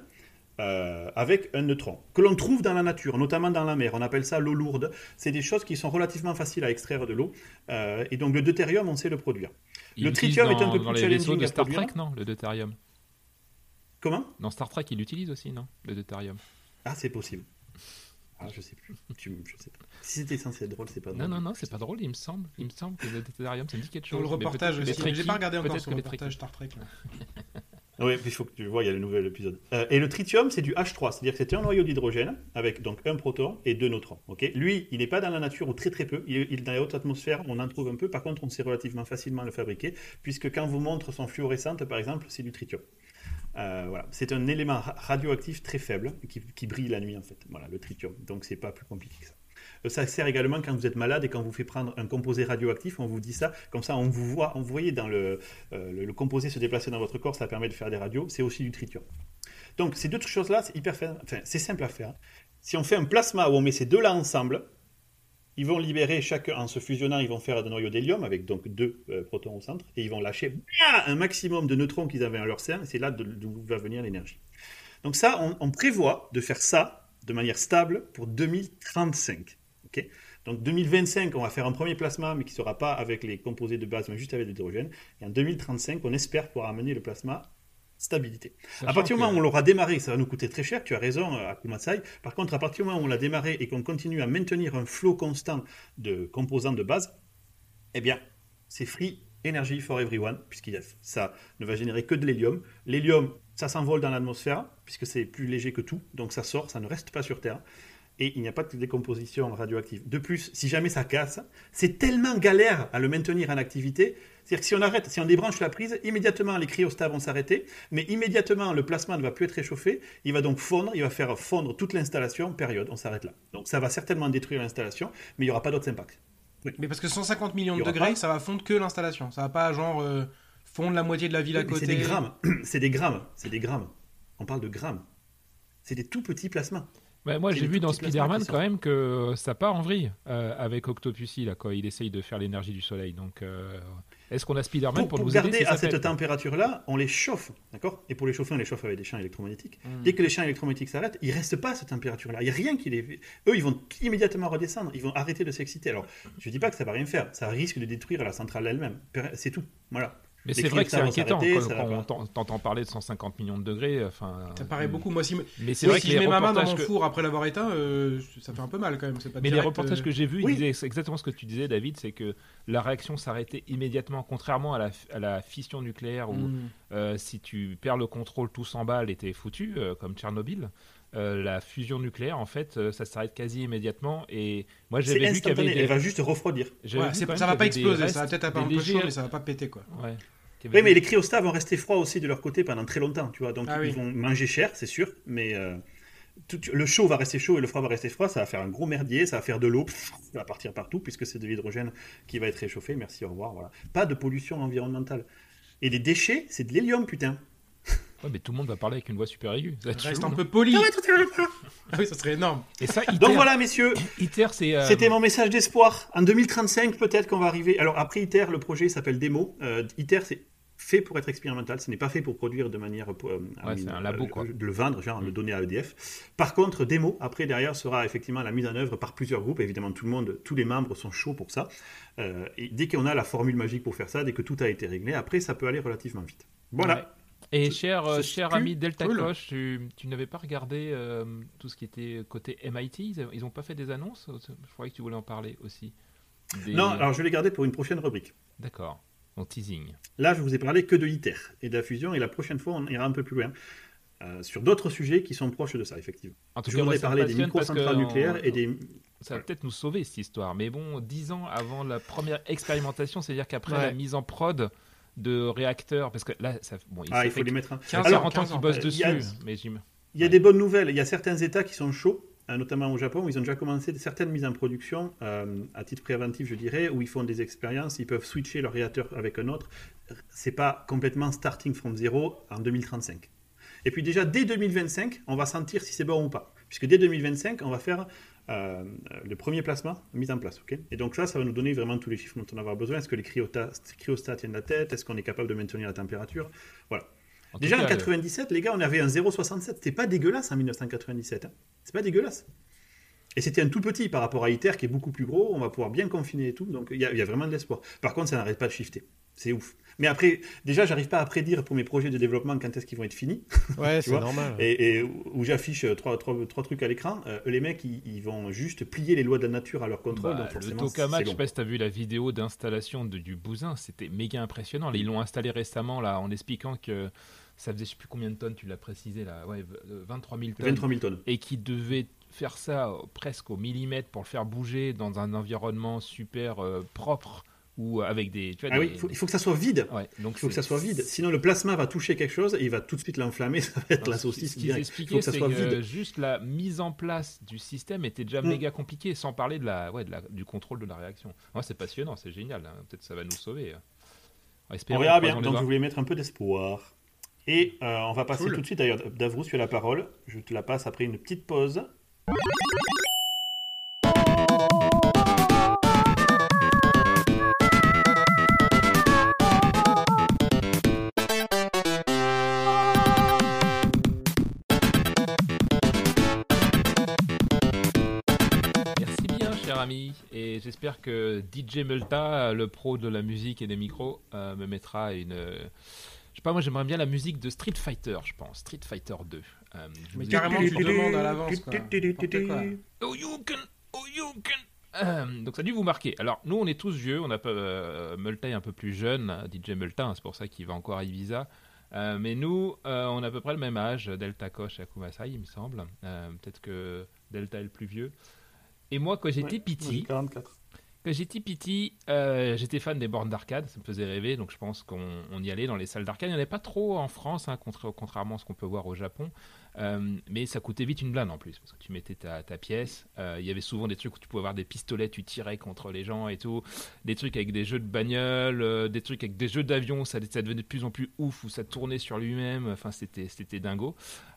avec un neutron, que l'on trouve dans la nature, notamment dans la mer. On appelle ça l'eau lourde. C'est des choses qui sont relativement faciles à extraire de l'eau. Et donc le deutérium, on sait le produire. Le tritium est un peu plus challenging à Star Trek, non, le deutérium. Comment ? Dans Star Trek, il l'utilise aussi, non, le deutérium. Ah, c'est possible. Ah, je sais plus. Je sais pas. Si c'était censé être drôle, c'est pas drôle. Non, c'est pas drôle, il me semble. Il me semble que le deutérium, ça me dit quelque chose. Sur le reportage aussi. J'ai pas regardé encore sur le reportage Star Trek. Là. Oui, il faut que tu vois, il y a le nouvel épisode. Et le tritium, c'est du H3, c'est-à-dire que c'est un noyau d'hydrogène avec donc un proton et 2 neutrons. Okay, lui, il n'est pas dans la nature ou très très peu. Il est dans les hautes atmosphères, on en trouve un peu. Par contre, on sait relativement facilement le fabriquer, puisque quand vos montres sont fluorescentes, par exemple, c'est du tritium. Voilà. C'est un élément radioactif très faible qui brille la nuit en fait. Voilà, le tritium. Donc c'est pas plus compliqué que ça. Ça sert également quand vous êtes malade et quand vous fait prendre un composé radioactif, on vous dit ça, comme ça on vous voyez dans le composé se déplacer dans votre corps, ça permet de faire des radios, c'est aussi du tritium. Donc ces deux choses-là, c'est hyper c'est simple à faire. Si on fait un plasma où on met ces deux-là ensemble, ils vont libérer chacun, en se fusionnant, ils vont faire un noyau d'hélium avec donc 2 protons au centre et ils vont lâcher un maximum de neutrons qu'ils avaient en leur sein et c'est là d'où va venir l'énergie. Donc ça, on prévoit de faire ça de manière stable pour 2035. Okay, donc 2025, on va faire un premier plasma, mais qui ne sera pas avec les composés de base, mais juste avec l'hydrogène. Et en 2035, on espère pouvoir amener le plasma stabilité. À partir du moment où on l'aura démarré, ça va nous coûter très cher, tu as raison, Akumatsai. Par contre, à partir du moment où on l'a démarré et qu'on continue à maintenir un flot constant de composants de base, eh bien, c'est free energy for everyone, puisqu'il ça ne va générer que de l'hélium. L'hélium, ça s'envole dans l'atmosphère, puisque c'est plus léger que tout, donc ça sort, ça ne reste pas sur Terre. Et il n'y a pas de décomposition radioactive. De plus, si jamais ça casse, c'est tellement galère à le maintenir en activité. C'est-à-dire que si on débranche la prise, immédiatement les cryostats vont s'arrêter, mais immédiatement le plasma ne va plus être réchauffé, il va donc fondre, il va faire fondre toute l'installation, période, on s'arrête là. Donc ça va certainement détruire l'installation, mais il n'y aura pas d'autres impacts. Oui. Mais parce que 150 millions de degrés, ça va fondre que l'installation. Ça va pas genre fondre la moitié de la ville à côté. C'est des grammes. On parle de grammes. C'est des tout petits plasmas. Bah, moi, j'ai vu dans Spider-Man quand même que ça part en vrille avec Octopussy là, quand il essaye de faire l'énergie du soleil. Donc, est-ce qu'on a Spider-Man pour nous aider? Pour garder à cette température-là, on les chauffe, d'accord? Et pour les chauffer, on les chauffe avec des champs électromagnétiques. Dès que les champs électromagnétiques s'arrêtent, ils ne restent pas à cette température-là. Il n'y a rien qui les... Eux, ils vont immédiatement redescendre. Ils vont arrêter de s'exciter. Alors, je ne dis pas que ça ne va rien faire. Ça risque de détruire la centrale elle-même. C'est tout. Voilà. Mais c'est vrai que c'est inquiétant quand on t'entend parler de 150 millions de degrés. Ça paraît beaucoup. Moi, si je mets ma main dans mon four après l'avoir éteint, ça fait un peu mal quand même. C'est pas mais direct, les reportages que j'ai vus, ils disaient exactement ce que tu disais, David, c'est que la réaction s'arrêtait immédiatement, contrairement à la fission nucléaire où si tu perds le contrôle, tout s'emballe et t'es foutu, comme Tchernobyl. La fusion nucléaire, en fait, ça s'arrête quasi immédiatement. Et moi, j'avais vu qu'il y avait elle va juste refroidir. Ça va pas exploser, ça va peut-être avoir un peu chaud, mais ça va pas péter, quoi. Ouais. Oui, mais les cryostats vont rester froids aussi de leur côté pendant très longtemps, tu vois. Donc ils vont manger cher, c'est sûr, mais le chaud va rester chaud et le froid va rester froid. Ça va faire un gros merdier, ça va faire de l'eau, ça va partir partout puisque c'est de l'hydrogène qui va être réchauffé. Merci, au revoir. Voilà. Pas de pollution environnementale. Et les déchets, c'est de l'hélium, putain. Ouais, mais tout le monde va parler avec une voix super aiguë. Reste un peu poli. Ah oui, ça serait énorme. Et ça, ITER, donc voilà, messieurs. ITER, c'était mon message d'espoir. En 2035, peut-être qu'on va arriver. Alors après ITER, le projet s'appelle DEMO. ITER, c'est fait pour être expérimental. Ce n'est pas fait pour produire de manière c'est un labo, quoi. De le vendre, genre le donner à EDF. Par contre, DEMO, après derrière, sera effectivement la mise en œuvre par plusieurs groupes. Évidemment, tous les membres sont chauds pour ça. Et dès qu'on a la formule magique pour faire ça, dès que tout a été réglé, après, ça peut aller relativement vite. Voilà. Ouais. Et cher ami Delta Coche, tu n'avais pas regardé tout ce qui était côté MIT? Ils n'ont pas fait des annonces? Je croyais que tu voulais en parler aussi. Non, alors je vais les garder pour une prochaine rubrique. D'accord, en teasing. Là, je vous ai parlé que de ITER et de la fusion, et la prochaine fois, on ira un peu plus loin. Sur d'autres sujets qui sont proches de ça, effectivement. En tout je cas, voudrais parler des microcentrales nucléaires et des... Ça va peut-être nous sauver, cette histoire. Mais bon, 10 ans avant la première expérimentation, c'est-à-dire qu'après la mise en prod de réacteurs, parce que là, il faut les mettre... 40 ans qu'ils bossent dessus. Il y a des bonnes nouvelles. Il y a certains États qui sont chauds, notamment au Japon, où ils ont déjà commencé certaines mises en production, à titre préventif, je dirais, où ils font des expériences, ils peuvent switcher leur réacteur avec un autre. C'est pas complètement starting from zero en 2035. Et puis déjà, dès 2025, on va sentir si c'est bon ou pas. Puisque dès 2025, on va faire le premier plasma mis en place. Okay, et donc ça va nous donner vraiment tous les chiffres dont on va besoin. Est-ce que les cryostats tiennent la tête? Est-ce qu'on est capable de maintenir la température? Voilà. Déjà en 97, les gars, on avait un 0,67. C'était pas dégueulasse en 1997. C'est pas dégueulasse. Et c'était un tout petit par rapport à ITER qui est beaucoup plus gros. On va pouvoir bien confiner et tout. Donc il y a vraiment de l'espoir. Par contre, ça n'arrête pas de shifter. C'est ouf. Mais après, déjà, j'arrive pas à prédire pour mes projets de développement quand est-ce qu'ils vont être finis. Ouais, c'est normal. Et où j'affiche trois trucs à l'écran, les mecs, ils vont juste plier les lois de la nature à leur contrôle. Donc forcément, le tokamak, je sais pas si tu as vu la vidéo d'installation du bousin, c'était méga impressionnant. Ils l'ont installé récemment là, en expliquant que ça faisait je sais plus combien de tonnes, tu l'as précisé là, 23 000 tonnes. 23 000 tonnes. Et qui devait faire ça presque au millimètre pour le faire bouger dans un environnement super propre ou avec des... Tu vois, il faut que ça soit vide. Ouais, donc il faut que ça soit vide. Sinon, le plasma va toucher quelque chose et il va tout de suite l'enflammer. Ça va être la saucisse. Ce qu'ils expliquaient, c'est que juste la mise en place du système était déjà méga compliquée, sans parler du contrôle de la réaction. Ouais, c'est passionnant, c'est génial. Hein. Peut-être que ça va nous sauver. On verra bien. Donc, je voulais mettre un peu d'espoir. Et on va passer tout de suite. D'ailleurs, Davrous, tu as la parole. Je te la passe après une petite pause. Et j'espère que DJ Multa, le pro de la musique et des micros, me mettra une... Je sais pas, moi j'aimerais bien la musique de Street Fighter, je pense. Street Fighter 2. Mais carrément, tu demandes à l'avance, quoi. Oh, you can. Donc ça a dû vous marquer. Alors, nous, on est tous vieux. On a Multa est un peu plus jeune. DJ Multa, hein, c'est pour ça qu'il va encore à Ibiza. Mais nous, on a à peu près le même âge. Delta Koch et Akumasai, il me semble. Peut-être que Delta est le plus vieux. Et moi, quand j'étais petit, j'étais fan des bornes d'arcade, ça me faisait rêver, donc je pense qu'on y allait dans les salles d'arcade. Il n'y en avait pas trop en France, hein, contrairement à ce qu'on peut voir au Japon, mais ça coûtait vite une blinde en plus, parce que tu mettais ta pièce, il y avait souvent des trucs où tu pouvais avoir des pistolets, tu tirais contre les gens et tout, des trucs avec des jeux de bagnole, des trucs avec des jeux d'avion, ça devenait de plus en plus ouf, où ça tournait sur lui-même, enfin c'était dingo.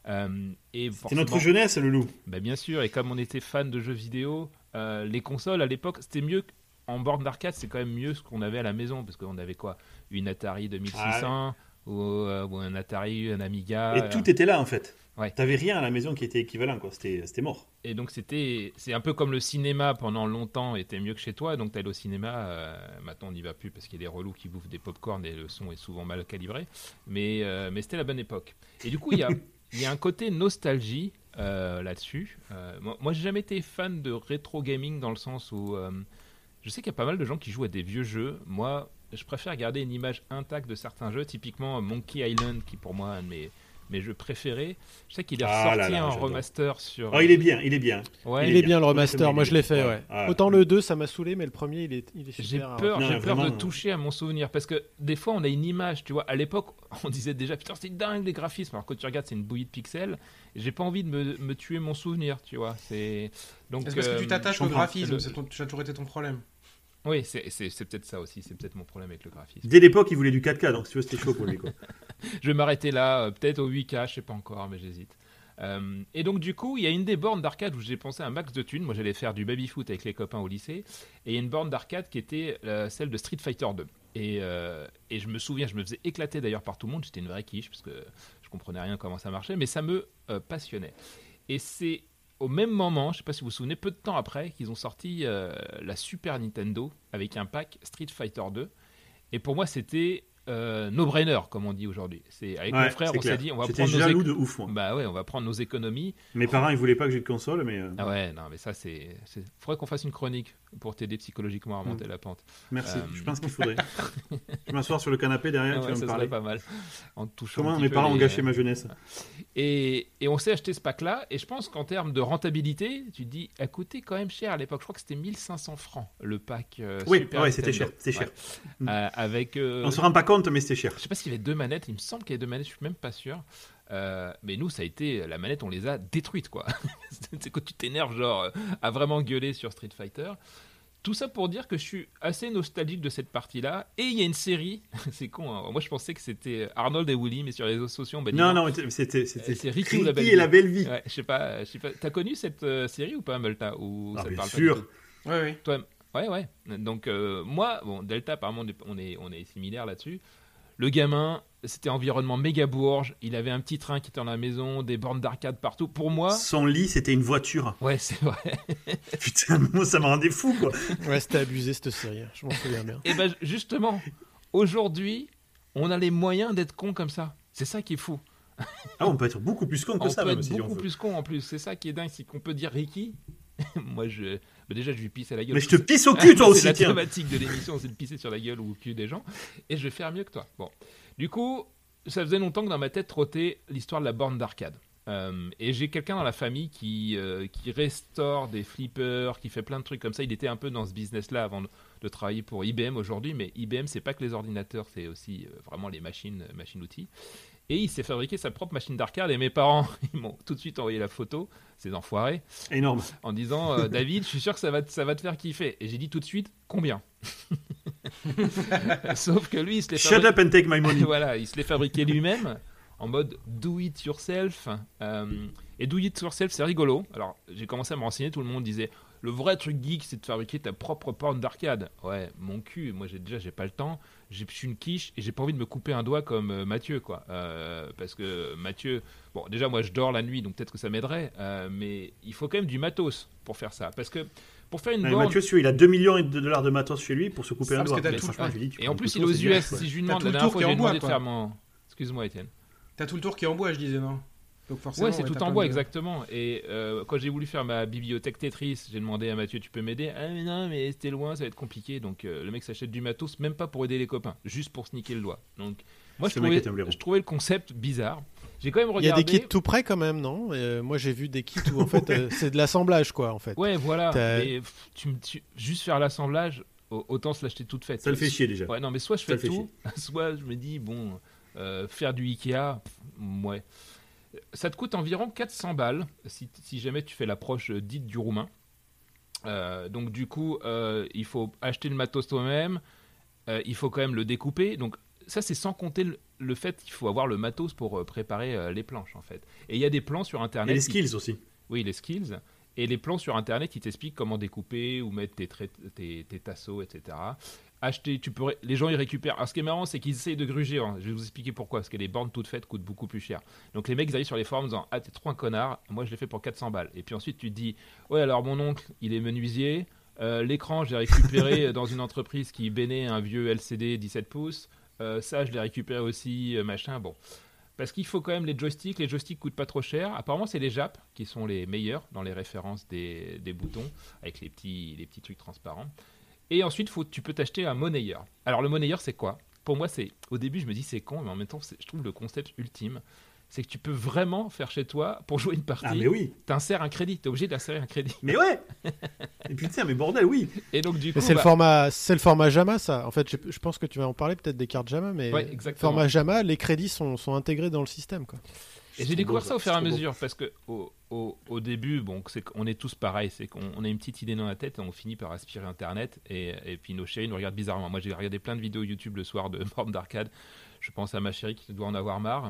C'était notre jeunesse, le loup. Bah bien sûr, et comme on était fan de jeux vidéo, les consoles à l'époque, c'était mieux en borne d'arcade, c'est quand même mieux ce qu'on avait à la maison, parce qu'on avait quoi, une Atari 2600 ou un Atari, un Amiga. Et tout était là en fait. Ouais. T'avais rien à la maison qui était équivalent, quoi. C'était mort. Et donc c'est un peu comme le cinéma pendant longtemps était mieux que chez toi, donc t'allais au cinéma, maintenant on n'y va plus parce qu'il y a des relous qui bouffent des pop-corn et le son est souvent mal calibré, mais c'était la bonne époque. Et du coup il y a un côté nostalgie là-dessus. Moi j'ai jamais été fan de rétro gaming dans le sens où je sais qu'il y a pas mal de gens qui jouent à des vieux jeux. Moi je préfère garder une image intacte de certains jeux, typiquement Monkey Island qui pour moi est un de mes jeux préférés. Je sais qu'il est ressorti en remaster sur... Oh, il est bien. Ouais, il est bien le remaster, moi je l'ai fait, ouais. Autant le 2 ça m'a saoulé, mais le premier il est super. J'ai peur de toucher à mon souvenir, parce que des fois on a une image, tu vois, à l'époque on disait déjà, putain c'est dingue les graphismes, alors quand tu regardes c'est une bouillie de pixels, j'ai pas envie de me tuer mon souvenir, tu vois. Donc, est-ce que tu t'attaches au graphisme, ça a toujours été ton problème? Oui, c'est peut-être ça aussi, c'est peut-être mon problème avec le graphisme. Dès l'époque, il voulait du 4K, donc si tu veux, c'était chaud pour lui, quoi. Je vais m'arrêter là, peut-être au 8K, je sais pas encore, mais j'hésite. Et donc du coup, il y a une des bornes d'arcade où j'ai pensé à un max de thunes. Moi, j'allais faire du baby-foot avec les copains au lycée, et il y a une borne d'arcade qui était celle de Street Fighter 2. Et je me souviens, je me faisais éclater d'ailleurs par tout le monde, j'étais une vraie quiche, parce que je comprenais rien comment ça marchait, mais ça me passionnait. Et c'est au même moment, je ne sais pas si vous vous souvenez, peu de temps après, qu'ils ont sorti la Super Nintendo avec un pack Street Fighter 2. Et pour moi, c'était no-brainer, comme on dit aujourd'hui. Avec mon frère, on s'est dit, on va prendre nos jaloux de ouf, moi. Bah ouais, on va prendre nos économies. Mes parents, ils voulaient pas que j'ai de console, mais. Ah ouais, non, mais ça, faudrait qu'on fasse une chronique pour t'aider psychologiquement à remonter la pente. Merci. Je pense qu'il faudrait. Je m'asseoir sur le canapé derrière, tu vas me parler. Pas mal. En touchant. Comment mes parents ont gâché ma jeunesse. Et on s'est acheté ce pack-là, et je pense qu'en termes de rentabilité, tu te dis, elle coûtait quand même cher à l'époque. Je crois que c'était 1500 francs le pack. Oui, c'était cher. C'était cher. Avec. On se rend pas compte, mais c'était cher. Je sais pas s'il y avait 2 manettes. Il me semble qu'il y avait 2 manettes. Je suis même pas sûr. Mais nous, ça a été la manette, on les a détruites, quoi. C'est quand tu t'énerves, genre, à vraiment gueuler sur Street Fighter. Tout ça pour dire que je suis assez nostalgique de cette partie-là. Et il y a une série, c'est con, hein. Moi je pensais que c'était Arnold et Willy, mais sur les réseaux sociaux, non, c'était Ricky et la belle vie. Ouais, je sais pas. T'as connu cette série ou pas, Multa, ou ça te parle sûr. Pas du tout? Toi, ouais. Donc moi, bon, Delta, apparemment, on est similaires là-dessus. Le gamin, c'était environnement méga bourge. Il avait un petit train qui était dans la maison, des bornes d'arcade partout. Pour moi... Son lit, c'était une voiture. Ouais, c'est vrai. Putain, moi, ça me rendait fou, quoi. Ouais, c'était abusé, cette série. Je m'en souviens bien. Et ben, justement, aujourd'hui, on a les moyens d'être con comme ça. C'est ça qui est fou. Ah, on peut être beaucoup plus con que ça, même, si on veut. Beaucoup plus con, en plus. C'est ça qui est dingue, c'est qu'on peut dire Ricky... Moi, déjà, je lui pisse à la gueule. Mais je te pisse au cul, toi aussi, c'est la thématique de l'émission, c'est de pisser sur la gueule ou au cul des gens. Et je vais faire mieux que toi. Bon. Du coup, ça faisait longtemps que dans ma tête trottait l'histoire de la borne d'arcade. Et j'ai quelqu'un dans la famille qui restaure des flippers, qui fait plein de trucs comme ça. Il était un peu dans ce business-là avant de travailler pour IBM aujourd'hui, mais IBM, c'est pas que les ordinateurs, c'est aussi vraiment les machines-outils. Et il s'est fabriqué sa propre machine d'arcade, et mes parents, ils m'ont tout de suite envoyé la photo, ces enfoirés. Énorme. En disant, David, je suis sûr que ça va te faire kiffer. Et j'ai dit tout de suite, combien? Sauf que lui, il se l'est fabriqué... Shut up and take my money. Voilà, il se l'est fabriqué lui-même. En mode do it yourself. Et do it yourself, c'est rigolo. Alors, j'ai commencé à me renseigner, tout le monde disait le vrai truc geek, c'est de fabriquer ta propre borne d'arcade. Ouais, mon cul, moi j'ai pas le temps, je suis une quiche et j'ai pas envie de me couper un doigt comme Mathieu, quoi. Parce que Mathieu, bon, déjà moi je dors la nuit, donc peut-être que ça m'aiderait, mais il faut quand même du matos pour faire ça. Parce que pour faire une borne. Mathieu, il a 2 millions de dollars de matos chez lui pour se couper un doigt. Et en plus, il est aux US. Si je lui demande, la dernière fois, j'ai demandé de faire mon. Excuse-moi, Étienne. T'as tout le tour qui est en bois, je disais, non? Donc forcément, ouais, c'est tout en bois, exactement. Et quand j'ai voulu faire ma bibliothèque Tetris, j'ai demandé à Mathieu, tu peux m'aider? Ah mais non, mais c'était loin, ça va être compliqué. Donc le mec s'achète du matos, même pas pour aider les copains, juste pour sniquer le doigt. Donc moi, je trouvais le concept bizarre. J'ai quand même regardé. Il y a des kits tout prêts quand même, non? Moi, j'ai vu des kits où en fait, c'est de l'assemblage, quoi, en fait. Ouais, voilà. Mais juste faire l'assemblage, autant se l'acheter toute faite. Ça le fait chier déjà. Ouais, non, mais soit je fais tout, soit je me dis bon. Faire du Ikea, ouais. Ça te coûte environ 400 balles si jamais tu fais l'approche dite du roumain. Donc du coup, il faut acheter le matos toi-même, il faut quand même le découper. Donc ça, c'est sans compter le fait qu'il faut avoir le matos pour préparer les planches, en fait. Et il y a des plans sur Internet. Et les skills aussi. Oui, les skills. Et les plans sur Internet qui t'expliquent comment découper, où mettre tes tasseaux, etc. Acheter, les gens ils récupèrent. Alors ce qui est marrant, c'est qu'ils essayent de gruger. Hein. Je vais vous expliquer pourquoi. Parce que les bornes toutes faites coûtent beaucoup plus cher. Donc les mecs ils arrivent sur les forums en disant ah t'es trop un connard. Moi je l'ai fait pour 400 balles. Et puis ensuite tu te dis ouais alors mon oncle il est menuisier. L'écran je l'ai récupéré dans une entreprise qui bénait un vieux LCD 17 pouces. Ça je l'ai récupéré aussi machin. Bon. Parce qu'il faut quand même les joysticks. Les joysticks coûtent pas trop cher. Apparemment c'est les Japs qui sont les meilleurs dans les références des boutons avec les petits trucs transparents. Et ensuite, tu peux t'acheter un monnayeur. Alors, le monnayeur, c'est quoi? Pour moi, au début, je me dis c'est con, mais en même temps, je trouve le concept ultime. C'est que tu peux vraiment faire chez toi, pour jouer une partie, ah, mais oui. T'insères un crédit. T'es obligé d'insérer un crédit. Mais ouais. Et putain, mais bordel, oui. Et donc, du coup, c'est le format JAMA, ça. En fait, je pense que tu vas en parler peut-être des cartes JAMA, mais ouais, exactement. Format JAMA, les crédits sont intégrés dans le système, quoi. Et j'ai découvert ça au fur et à mesure parce que au début, bon, on est tous pareils, c'est qu'on a une petite idée dans la tête et on finit par aspirer Internet et puis nos chéris nous regardent bizarrement. Moi, j'ai regardé plein de vidéos YouTube le soir de bornes d'arcade. Je pense à ma chérie qui doit en avoir marre.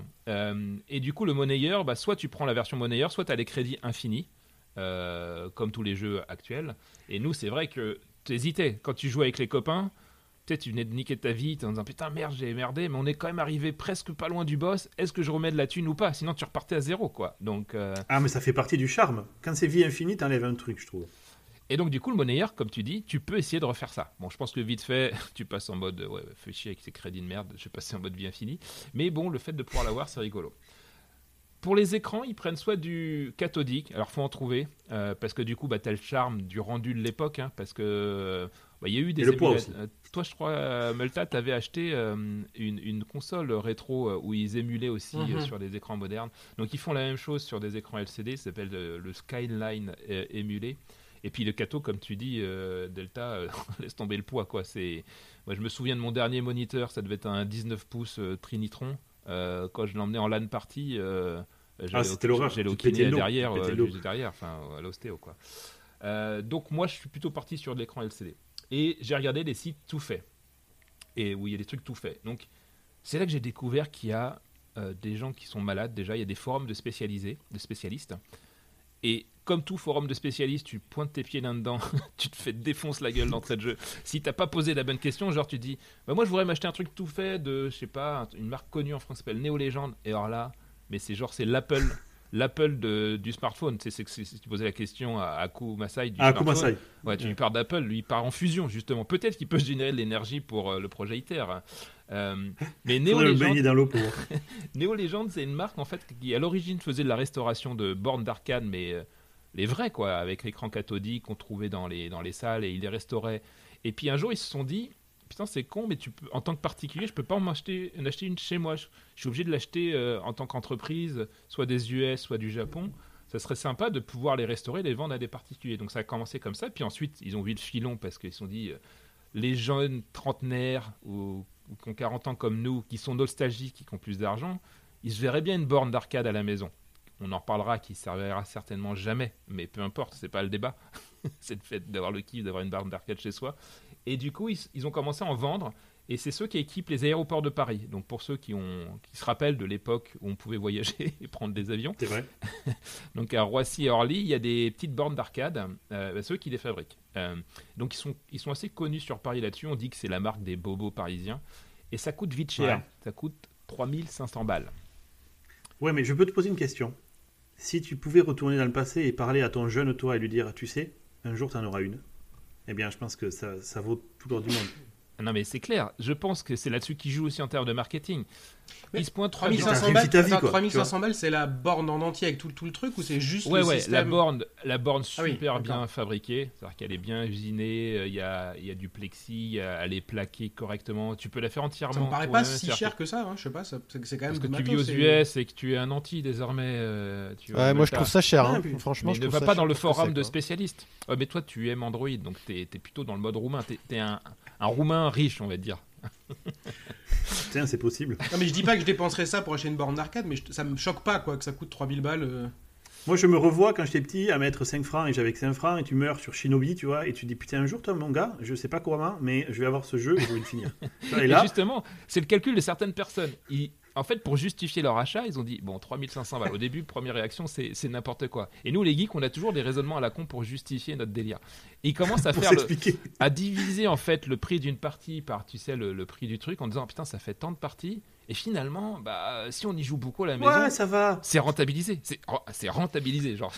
Et du coup, le monnayeur, soit tu prends la version monnayeur, soit tu as les crédits infinis, comme tous les jeux actuels. Et nous, c'est vrai que tu hésitais quand tu jouais avec les copains. Peut-être tu venais de niquer ta vie, t'es en disant putain merde j'ai merdé, mais on est quand même arrivé presque pas loin du boss, est-ce que je remets de la thune ou pas? Sinon tu repartais à zéro quoi. Donc, ah mais ça fait partie du charme, quand c'est vie infinie t'enlèves un truc je trouve. Et donc du coup le monnayeur comme tu dis, tu peux essayer de refaire ça. Bon je pense que vite fait tu passes en mode ouais fais chier avec ces crédits de merde, je vais passer en mode vie infinie. Mais bon le fait de pouvoir l'avoir c'est rigolo. Pour les écrans, ils prennent soit du cathodique, alors faut en trouver, parce que du coup, t'as le charme du rendu de l'époque, hein, parce que il y a eu des émulateurs. Toi, je crois, Multa, t'avais acheté une console rétro où ils émulaient aussi sur des écrans modernes. Donc ils font la même chose sur des écrans LCD, ça s'appelle le Skyline émulé. Et puis le catho, comme tu dis, Delta, laisse tomber le poids, quoi. Moi, je me souviens de mon dernier moniteur, ça devait être un 19 pouces Trinitron. Quand je l'emmenais en LAN party, c'était l'horreur. J'ai le kiné derrière, enfin à l'ostéo quoi. Donc moi je suis plutôt parti sur de l'écran LCD et j'ai regardé des sites tout faits et où il y a des trucs tout faits. Donc c'est là que j'ai découvert qu'il y a des gens qui sont malades. Déjà il y a des forums de spécialistes et comme tout forum de spécialistes, tu pointes tes pieds là-dedans, tu te fais défoncer la gueule d'entrée de jeu. Si t'as pas posé la bonne question, genre tu te dis moi je voudrais m'acheter un truc tout fait de, je sais pas, une marque connue en France qui s'appelle Neo Legend. Et alors là, mais c'est l'Apple du smartphone. Si tu posais la question à Aku Masai du smartphone, Masai. Ouais, tu lui parles d'Apple, lui il part en fusion justement. Peut-être qu'il peut générer de l'énergie pour le projet ITER. Mais Neo Legend, c'est une marque en fait qui à l'origine faisait de la restauration de bornes d'arcade, mais les vrais quoi, avec l'écran cathodique qu'on trouvait dans les salles et ils les restauraient. Et puis un jour ils se sont dit putain, c'est con, mais en tant que particulier, je peux pas en acheter une chez moi. Je suis obligé de l'acheter en tant qu'entreprise, soit des US, soit du Japon. Ça serait sympa de pouvoir les restaurer et les vendre à des particuliers. Donc ça a commencé comme ça. Puis ensuite, ils ont vu le filon parce qu'ils se sont dit, les jeunes trentenaires ou qui ont 40 ans comme nous, qui sont nostalgiques, qui ont plus d'argent, ils se verraient bien une borne d'arcade à la maison. On en reparlera, qui ne servira certainement jamais, mais peu importe, c'est pas le débat. C'est le fait d'avoir le kiff, d'avoir une borne d'arcade chez soi. Et du coup, ils ont commencé à en vendre. Et c'est ceux qui équipent les aéroports de Paris. Donc pour ceux qui se rappellent de l'époque où on pouvait voyager et prendre des avions. C'est vrai. Donc à Roissy et Orly, il y a des petites bornes d'arcade, ceux qui les fabriquent. Donc ils sont assez connus sur Paris là-dessus. On dit que c'est la marque des bobos parisiens. Et ça coûte vite cher. Ouais. Ça coûte 3500 balles. Ouais, mais je peux te poser une question. Si tu pouvais retourner dans le passé et parler à ton jeune toi et lui dire, tu sais, un jour tu en auras une, eh bien je pense que ça vaut tout l'or du monde. Non mais c'est clair, je pense que c'est là-dessus qu'ils jouent aussi en termes de marketing. Ils se pointent 3500 balles, 3500 balles, c'est la borne en entier avec tout le truc ou c'est juste le système? La borne super bien fabriquée, c'est-à-dire qu'elle est bien usinée, il y a du plexi, elle est plaquée correctement, tu peux la faire entièrement. Ça me paraît pas si cher que ça, hein, je sais pas, c'est quand même parce que tu vis aux US et que tu es un anti désormais. Moi je trouve ça cher, hein. Franchement. Mais ne va pas dans le forum de spécialistes. Ouais, mais toi tu aimes Android, donc t'es plutôt dans le mode roumain, t'es un roumain riche, on va dire. Tiens, c'est possible. Non, mais je dis pas que je dépenserais ça pour acheter une borne d'arcade, mais ça me choque pas quoi, que ça coûte 3000 balles. Moi, je me revois quand j'étais petit à mettre 5 francs et j'avais que 5 francs et tu meurs sur Shinobi, tu vois, et tu te dis putain, un jour, toi, mon gars, je sais pas comment, mais je vais avoir ce jeu et je vais le finir. Et là, justement, c'est le calcul de certaines personnes. En fait, pour justifier leur achat, ils ont dit bon, 3500 balles. Au début, première réaction, c'est n'importe quoi. Et nous, les geeks, on a toujours des raisonnements à la con pour justifier notre délire. Et ils commencent à à diviser en fait le prix d'une partie par, tu sais, le prix du truc en disant putain, ça fait tant de parties. Et finalement, si on y joue beaucoup à la maison, ça va. C'est rentabilisé. C'est rentabilisé, genre.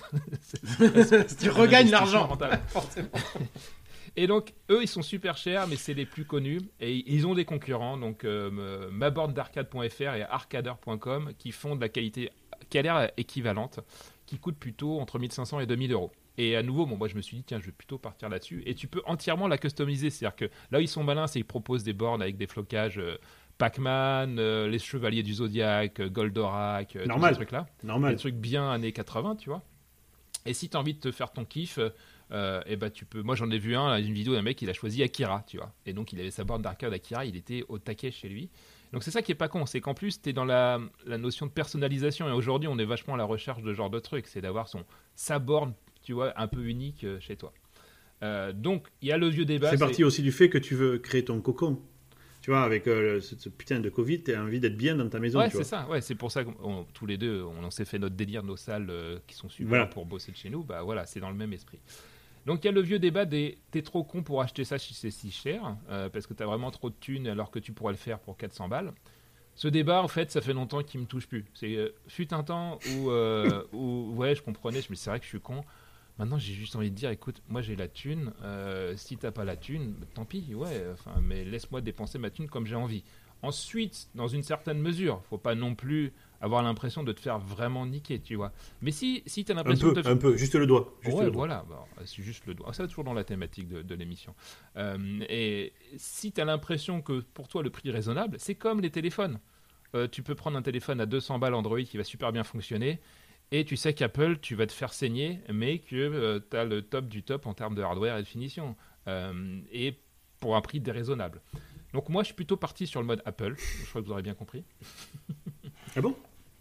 Tu regagnes l'argent. Forcément. Et donc, eux, ils sont super chers, mais c'est les plus connus. Et ils ont des concurrents, donc mabornedarcade.fr et arcader.com, qui font de la qualité qui a l'air équivalente, qui coûte plutôt entre 1500 et 2000 euros. Et à nouveau, moi, je me suis dit, tiens, je vais plutôt partir là-dessus. Et tu peux entièrement la customiser. C'est-à-dire que là où ils sont malins, c'est qu'ils proposent des bornes avec des flocages Pac-Man, les Chevaliers du Zodiac, Goldorak, tous ces trucs-là. Normal. Des trucs bien années 80, tu vois. Et si tu as envie de te faire ton kiff, tu peux. Moi, j'en ai vu une vidéo d'un mec, il a choisi Akira, tu vois. Et donc, il avait sa borne d'arcade Akira, il était au taquet chez lui. Donc, c'est ça qui est pas con, c'est qu'en plus, tu es dans la notion de personnalisation. Et aujourd'hui, on est vachement à la recherche de ce genre de truc, c'est d'avoir sa borne, tu vois, un peu unique chez toi. Donc, il y a le vieux débat. C'est parti aussi du fait que tu veux créer ton cocon. Tu vois, avec ce putain de Covid, tu as envie d'être bien dans ta maison. Ouais, c'est ça. Ouais, c'est pour ça que tous les deux, on s'est fait notre délire, nos salles qui sont super pour bosser de chez nous. Bah voilà, c'est dans le même esprit. Donc il y a le vieux débat des t'es trop con pour acheter ça si c'est si cher, parce que t'as vraiment trop de thunes alors que tu pourrais le faire pour 400 balles. Ce débat, en fait, ça fait longtemps qu'il me touche plus. C'est fut un temps où ouais, je comprenais, je me dis c'est vrai que je suis con. Maintenant, j'ai juste envie de dire, écoute, moi j'ai la thune, si t'as pas la thune, tant pis, mais laisse-moi dépenser ma thune comme j'ai envie. Ensuite, dans une certaine mesure, faut pas non plus avoir l'impression de te faire vraiment niquer, tu vois. Mais si t'as l'impression de un peu, juste le doigt. Voilà, c'est juste le doigt. Ça va toujours dans la thématique de l'émission. Et si t'as l'impression que pour toi le prix est raisonnable, c'est comme les téléphones. Tu peux prendre un téléphone à 200 balles Android qui va super bien fonctionner. Et tu sais qu'Apple, tu vas te faire saigner, mais que tu as le top du top en termes de hardware et de finition. Et pour un prix déraisonnable. Donc moi, je suis plutôt parti sur le mode Apple. Je crois que vous aurez bien compris. Ah bon?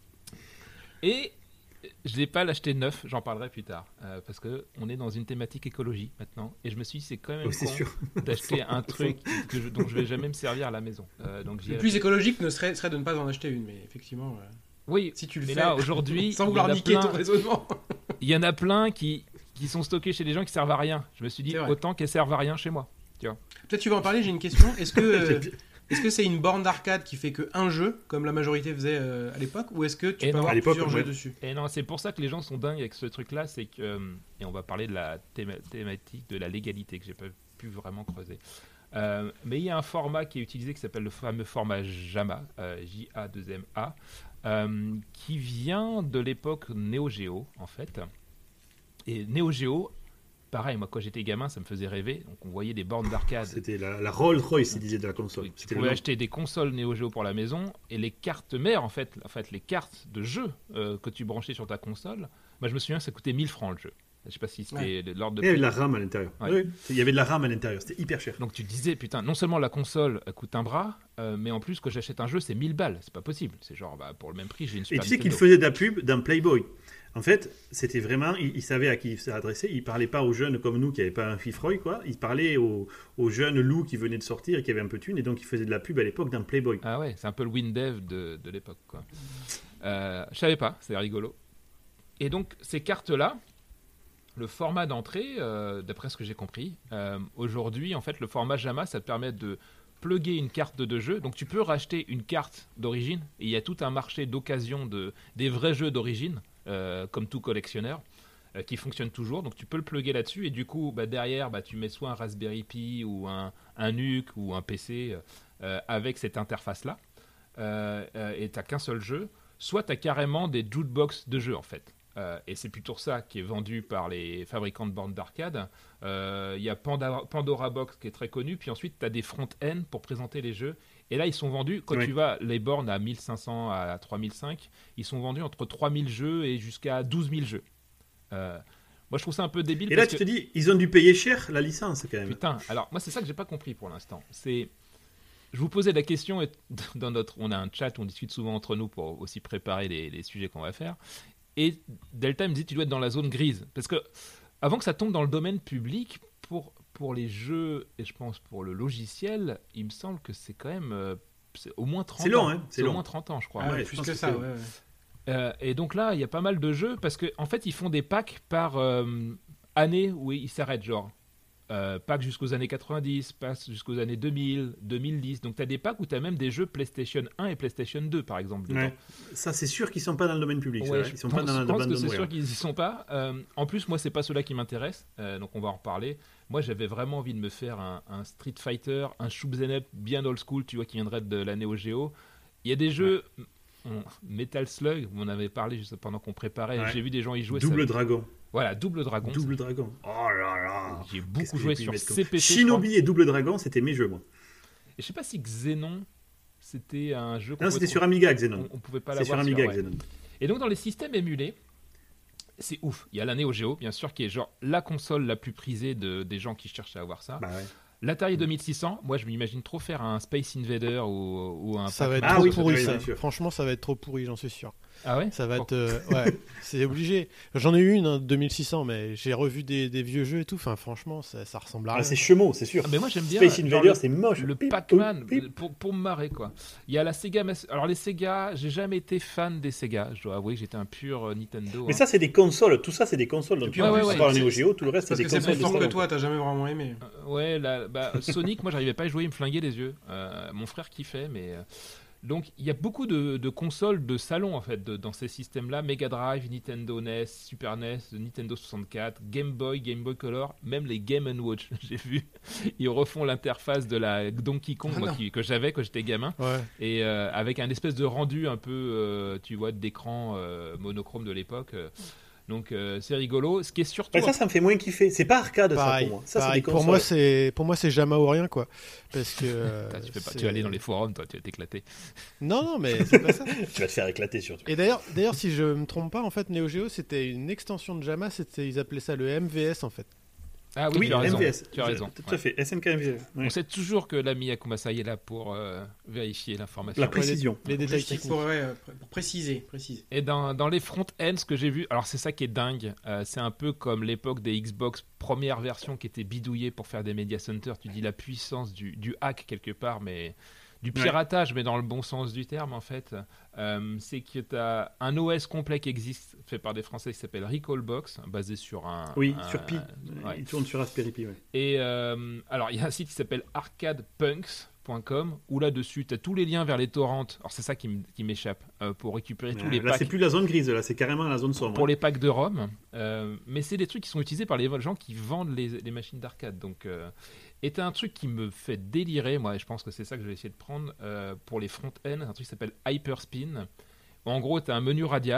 Et je ne vais pas l'acheter neuf, j'en parlerai plus tard. Parce qu'on est dans une thématique écologie maintenant. Et je me suis dit, c'est quand même con d'acheter un truc dont je ne vais jamais me servir à la maison. Donc, le plus écologique serait de ne pas en acheter une, mais effectivement... Oui, si tu le mais fais, là aujourd'hui, sans vouloir niquer ton raisonnement, il y en a plein qui sont stockés chez des gens qui servent à rien. Je me suis dit autant qu'elles servent à rien chez moi. Tu vois. Peut-être tu vas en parler. J'ai une question. Est-ce que c'est une borne d'arcade qui fait qu'un jeu, comme la majorité faisait à l'époque, ou est-ce que tu peux avoir plusieurs jeux dessus? Et non, c'est pour ça que les gens sont dingues avec ce truc-là, c'est que et on va parler de la thématique de la légalité que j'ai pas pu vraiment creuser. Mais il y a un format qui est utilisé qui s'appelle le fameux format JAMA, J-A-2-M-A. qui vient de l'époque Neo Geo, en fait. Et Neo Geo, pareil, moi quand j'étais gamin, ça me faisait rêver. Donc on voyait des bornes d'arcade. C'était la Rolls-Royce, ils disaient, de la console. Tu pouvais acheter des consoles Neo Geo pour la maison et les cartes mères, en fait les cartes de jeu que tu branchais sur ta console. Moi je me souviens que ça coûtait 1000 francs le jeu. Je sais pas si c'était de l'ordre de. Il y avait de la RAM à l'intérieur. Ouais. Oui, il y avait de la RAM à l'intérieur, c'était hyper cher. Donc tu te disais, putain, non seulement la console coûte un bras, mais en plus, quand j'achète un jeu, c'est 1000 balles. C'est pas possible. C'est genre, pour le même prix, j'ai une Super Et tu sais Nintendo. qu'il faisait de la pub d'un Playboy. En fait, c'était vraiment, il savait à qui il s'adressait. Il parlait pas aux jeunes comme nous qui n'avaient pas un fifroy, quoi. Il parlait aux jeunes loups qui venaient de sortir et qui avaient un peu de thunes. Et donc, il faisait de la pub à l'époque d'un Playboy. Ah ouais, c'est un peu le Windev de l'époque, quoi. Je savais pas, c'est rigolo. Et donc, ces cartes-là, le format d'entrée, d'après ce que j'ai compris, aujourd'hui, en fait, le format JAMA, ça te permet de plugger une carte de jeu. Donc, tu peux racheter une carte d'origine. Et il y a tout un marché d'occasion des vrais jeux d'origine, comme tout collectionneur, qui fonctionne toujours. Donc, tu peux le plugger là-dessus. Et du coup, derrière, tu mets soit un Raspberry Pi ou un NUC ou un PC avec cette interface-là. Et tu n'as qu'un seul jeu. Soit tu as carrément des jukebox de jeux, en fait. Et c'est plutôt ça qui est vendu par les fabricants de bornes d'arcade. Il y a Pandora Box qui est très connu, puis ensuite tu as des front-end pour présenter les jeux. Et là, ils sont vendus, quand tu vas, les bornes à 1500 à 3005, ils sont vendus entre 3000 jeux et jusqu'à 12 000 jeux. Moi, je trouve ça un peu débile. Et là, tu te dis, ils ont dû payer cher la licence quand même. Putain, alors moi, c'est ça que j'ai pas compris pour l'instant. Je vous posais la question, on a un chat où on discute souvent entre nous pour aussi préparer les sujets qu'on va faire. Et Delta me dit, tu dois être dans la zone grise. Parce que, avant que ça tombe dans le domaine public, pour les jeux, et je pense pour le logiciel, il me semble que c'est quand même c'est au moins 30 ans. C'est long, hein. C'est au moins 30 ans, je crois. Ah ouais, plus que ça, ouais. Et donc là, il y a pas mal de jeux, parce qu'en fait, ils font des packs par année où ils s'arrêtent, genre. Packs jusqu'aux années 90, packs jusqu'aux années 2000, 2010. Donc tu as des packs où tu as même des jeux PlayStation 1 et PlayStation 2 par exemple. Ouais. Ça c'est sûr qu'ils sont pas dans le domaine public. Ouais, ils sont pas dans je pense que c'est sûr qu'ils y sont pas. En plus moi c'est pas ceux-là qui m'intéressent, donc on va en reparler. Moi j'avais vraiment envie de me faire un Street Fighter, un Shoot 'em Up bien old school, tu vois, qui viendrait de la Neo Geo. Il y a des jeux... Metal Slug, vous en avez parlé juste pendant qu'on préparait, j'ai vu des gens y jouer. Double Dragon. Voilà, Double Dragon. Double Dragon. Oh là là. J'ai beaucoup joué sur CPC. Shinobi et Double Dragon, c'était mes jeux, moi. Et je sais pas si Xenon, c'était un jeu. Non, c'était sur Amiga, Xenon. On pouvait pas l'avoir. C'est sur Amiga, Xenon. Et donc dans les systèmes émulés, c'est ouf. Il y a la Neo Geo, bien sûr, qui est genre la console la plus prisée des gens qui cherchent à avoir ça. Bah ouais. L'Atari 2600, moi je m'imagine trop faire un Space Invader ou un... Ça va être trop pourri, ça. Franchement, ça va être trop pourri, j'en suis sûr. Ah ouais? Ça va être... ouais, c'est obligé. J'en ai eu une, 2600, mais j'ai revu des vieux jeux et tout. Enfin, franchement, ça ressemble à rien. C'est chemo, c'est sûr. Ah, mais moi j'aime bien... Space Invader, c'est moche. Le Pac-Man, pour me marrer, quoi. Il y a la Sega... Alors les Sega, j'ai jamais été fan des Sega. Je dois avouer que j'étais un pur Nintendo. Mais ça, c'est des consoles. Tout ça, c'est des consoles. Donc, ouais, pas la Neo Geo, tout le reste, c'est des consoles. Parce que c'est plus fort que toi, t'as jamais vraiment aimé. Ouais, Sonic, moi j'arrivais pas à y jouer, il me flinguait les yeux. Mon frère kiffait, mais... Donc il y a beaucoup de consoles de salon en fait dans ces systèmes-là, Mega Drive, Nintendo NES, Super NES, Nintendo 64, Game Boy Color, même les Game & Watch. J'ai vu, ils refont l'interface de la Donkey Kong que j'avais quand j'étais gamin, et avec un espèce de rendu un peu, tu vois, d'écran monochrome de l'époque. Donc c'est rigolo. Ce qui est surtout ça me fait moins kiffer. C'est pas arcade pareil, ça pour moi. Ça, pareil. Pour moi c'est jamais ou rien quoi. Parce que tu vas aller dans les forums, toi, tu vas t'éclater. Non mais c'est pas ça. Tu vas te faire éclater surtout. Et d'ailleurs si je me trompe pas, en fait Neo Geo c'était une extension de JAMA, ils appelaient ça le MVS en fait. Ah oui, tu as raison. MVS. Tu as raison. Tout à fait. SNK MVS. Ouais. On sait toujours que l'ami Akumasai est là pour vérifier l'information. La précision. Les détails techniques. Pour préciser. Et dans les front-ends, ce que j'ai vu, alors c'est ça qui est dingue, c'est un peu comme l'époque des Xbox première version qui était bidouillée pour faire des media centers. Tu dis la puissance du hack quelque part, mais du piratage, mais dans le bon sens du terme en fait. C'est que tu as un OS complet qui existe, fait par des Français, qui s'appelle Recalbox, basé sur sur Pi. Il tourne sur Raspberry Pi, Et alors, il y a un site qui s'appelle arcadepunks.com où là-dessus, tu as tous les liens vers les torrents. Alors, c'est ça qui m'échappe, pour récupérer tous les packs. Là, c'est plus la zone grise, là, c'est carrément la zone sombre. Pour les packs de ROM. Mais c'est des trucs qui sont utilisés par les gens qui vendent les machines d'arcade. Donc... Et t'as un truc qui me fait délirer, moi, et je pense que c'est ça que je vais essayer de prendre pour les front-end, un truc qui s'appelle Hyperspin. En gros, t'as un menu radial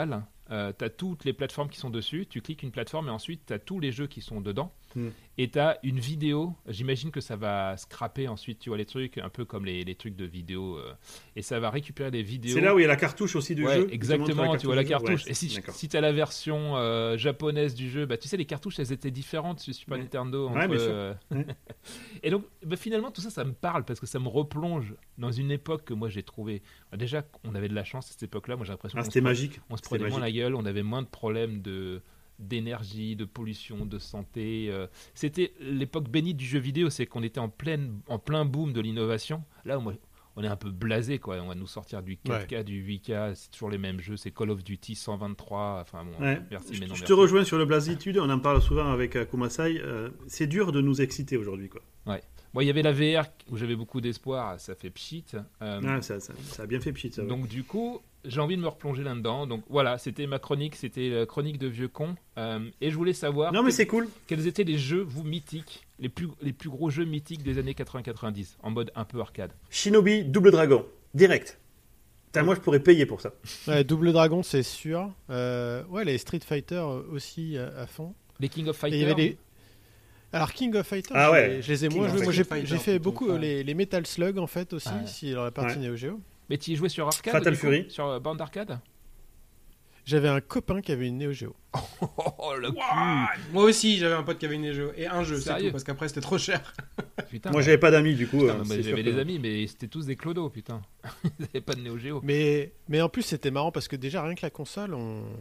tu as toutes les plateformes qui sont dessus, tu cliques une plateforme et ensuite tu as tous les jeux qui sont dedans. Et tu as une vidéo, j'imagine que ça va scraper ensuite, tu vois, les trucs, un peu comme les trucs de vidéo, et ça va récupérer des vidéos. C'est là où il y a la cartouche aussi du jeu. Exactement, tu vois la cartouche. Ouais, et si tu as la version japonaise du jeu, bah, tu sais, les cartouches, elles étaient différentes sur Super Nintendo. Et donc, bah, finalement, tout ça, ça me parle parce que ça me replonge dans une époque que moi j'ai trouvée. Déjà, on avait de la chance à cette époque-là. Moi, j'ai l'impression c'était magique. On se prenait moins la gueule, on avait moins de problèmes d'énergie, de pollution, de santé. C'était l'époque bénite du jeu vidéo, c'est qu'on était en plein boom de l'innovation. Là, on est un peu blasé, quoi. On va nous sortir du 4K, du 8K, c'est toujours les mêmes jeux, c'est Call of Duty 123. Enfin bon, merci, mais non. Je te rejoins sur le blasitude, on en parle souvent avec Akumasai. C'est dur de nous exciter aujourd'hui, quoi. Ouais. Bon, il y avait la VR où j'avais beaucoup d'espoir, ça fait pchit. Ça a bien fait pchit, ça. Donc du coup, j'ai envie de me replonger là-dedans. Donc voilà, c'était ma chronique, c'était la chronique de Vieux Con. Et je voulais savoir c'est cool. Quels étaient les jeux, vous, mythiques, les plus gros jeux mythiques des années 80-90, en mode un peu arcade. Shinobi, Double Dragon, direct. Moi, je pourrais payer pour ça. Ouais, Double Dragon, c'est sûr. Les Street Fighter aussi à fond. Les King of Fighters. Alors King of Fighters, je les ai moins joués. Moi, j'ai fait beaucoup les Metal Slug en fait aussi, s'il aurait parti Neo Geo. Mais tu y jouais sur arcade, Fatal Fury, sur bande d'arcade. J'avais un copain qui avait une Neo Geo. Oh le cul. Moi aussi, j'avais un pote qui avait une Neo Geo et un jeu, c'est tout, parce qu'après c'était trop cher. Putain, moi, j'avais pas d'amis du coup. J'avais des amis, mais c'était tous des clodos, putain. Ils n'avaient pas de Neo Geo. Mais en plus, c'était marrant parce que déjà rien que la console,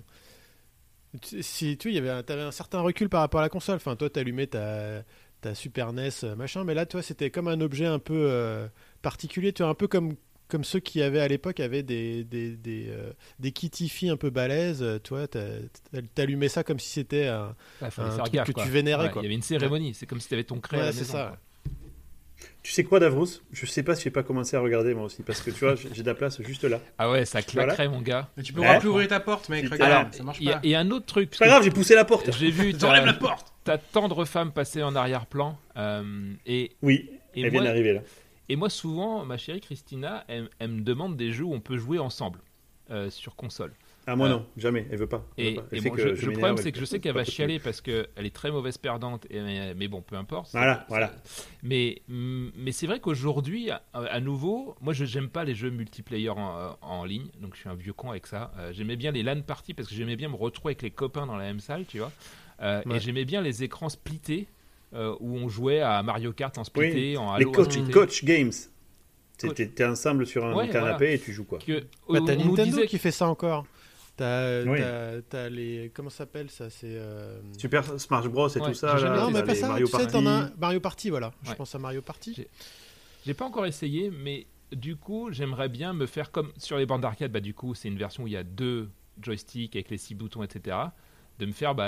si tu t'avais un certain recul par rapport à la console. Enfin, toi, t'allumais ta Super NES, machin, mais là, toi, c'était comme un objet un peu particulier. Tu vois, un peu comme ceux qui avaient à l'époque avaient des kit-hi-fi un peu balèzes. Toi, t'allumais ça comme si c'était un truc gaffe, que quoi. tu vénérais. Quoi. Il y avait une cérémonie. C'est comme si t'avais ton cré à la maison. C'est ça. Quoi. Tu sais quoi, Davros ? Je sais pas si j'ai pas commencé à regarder moi aussi, parce que tu vois, j'ai de la place juste là. Ah ouais, ça claquerait, mon gars. Mais tu pourras plus ouvrir ta porte, mec. Regarde, ça marche pas. Il y a un autre truc. C'est pas grave, j'ai poussé la porte. J'ai vu. T'enlèves la porte. T'as tendre femme passer en arrière-plan. Oui, elle vient d'arriver là. Et moi, souvent, ma chérie Christina, elle me demande des jeux où on peut jouer ensemble sur console. Ah, moi non, jamais, elle veut pas. Et bon, le problème, c'est que je sais qu'elle va chialer parce qu'elle est très mauvaise perdante, mais bon, peu importe. Voilà. Mais c'est vrai qu'aujourd'hui, à nouveau, moi, je n'aime pas les jeux multiplayer en ligne, donc je suis un vieux con avec ça. J'aimais bien les LAN parties parce que j'aimais bien me retrouver avec les copains dans la même salle, tu vois. Et j'aimais bien les écrans splittés où on jouait à Mario Kart en splitté, en Halo. Les coach games. T'es ensemble sur un canapé et tu joues quoi. T'as Nintendo qui fait ça encore. T'as les... Comment ça s'appelle ça, c'est Super Smash Bros et tout ça. Non, mais pas ça. Mario Party. T'en as Mario Party, voilà. Ouais. Je pense à Mario Party. J'ai pas encore essayé, mais du coup, j'aimerais bien me faire comme sur les bandes d'arcade. Bah, du coup, c'est une version où il y a 2 joysticks avec les 6 boutons, etc. De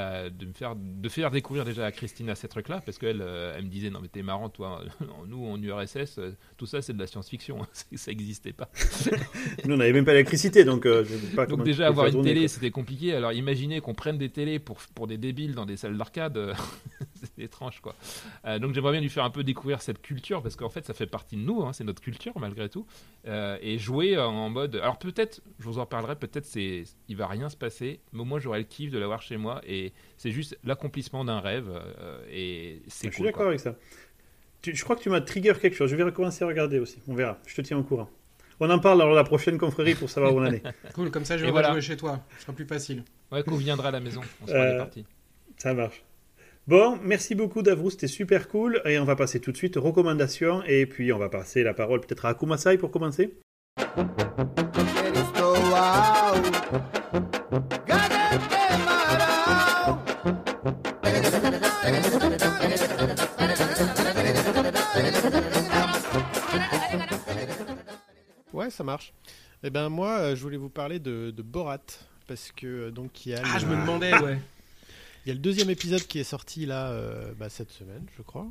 faire découvrir déjà à Christina ces trucs-là, parce qu'elle elle me disait non mais t'es marrant toi, nous en URSS tout ça c'est de la science-fiction, ça n'existait pas. Nous on n'avait même pas l'électricité donc je sais pas donc déjà avoir une télé c'était compliqué, alors imaginez qu'on prenne des télés pour des débiles dans des salles d'arcade, c'est étrange quoi. Donc j'aimerais bien lui faire un peu découvrir cette culture, parce qu'en fait ça fait partie de nous, c'est notre culture malgré tout, et jouer en mode, alors peut-être, je vous en parlerai, peut-être il va rien se passer, mais au moins j'aurai le kiff de l'avoir chez moi, et c'est juste l'accomplissement d'un rêve, et c'est cool. Je suis d'accord avec ça. Je crois que tu m'as trigger quelque chose. Je vais recommencer à regarder aussi. On verra. Je te tiens au courant. On en parle lors de la prochaine confrérie pour savoir où on en est. Cool, comme ça je vais jouer chez toi. Ce sera plus facile. Ouais, qu'on viendra à la maison. On sera parti. Ça marche. Bon, merci beaucoup Davrou, c'était super cool. Et on va passer tout de suite aux recommandations. Et puis on va passer la parole peut-être à Akumasai pour commencer. Ouais, ça marche. Eh ben moi, je voulais vous parler de Borat, parce que donc il y a je me demandais, ouais. Il y a le 2e épisode qui est sorti là cette semaine, je crois.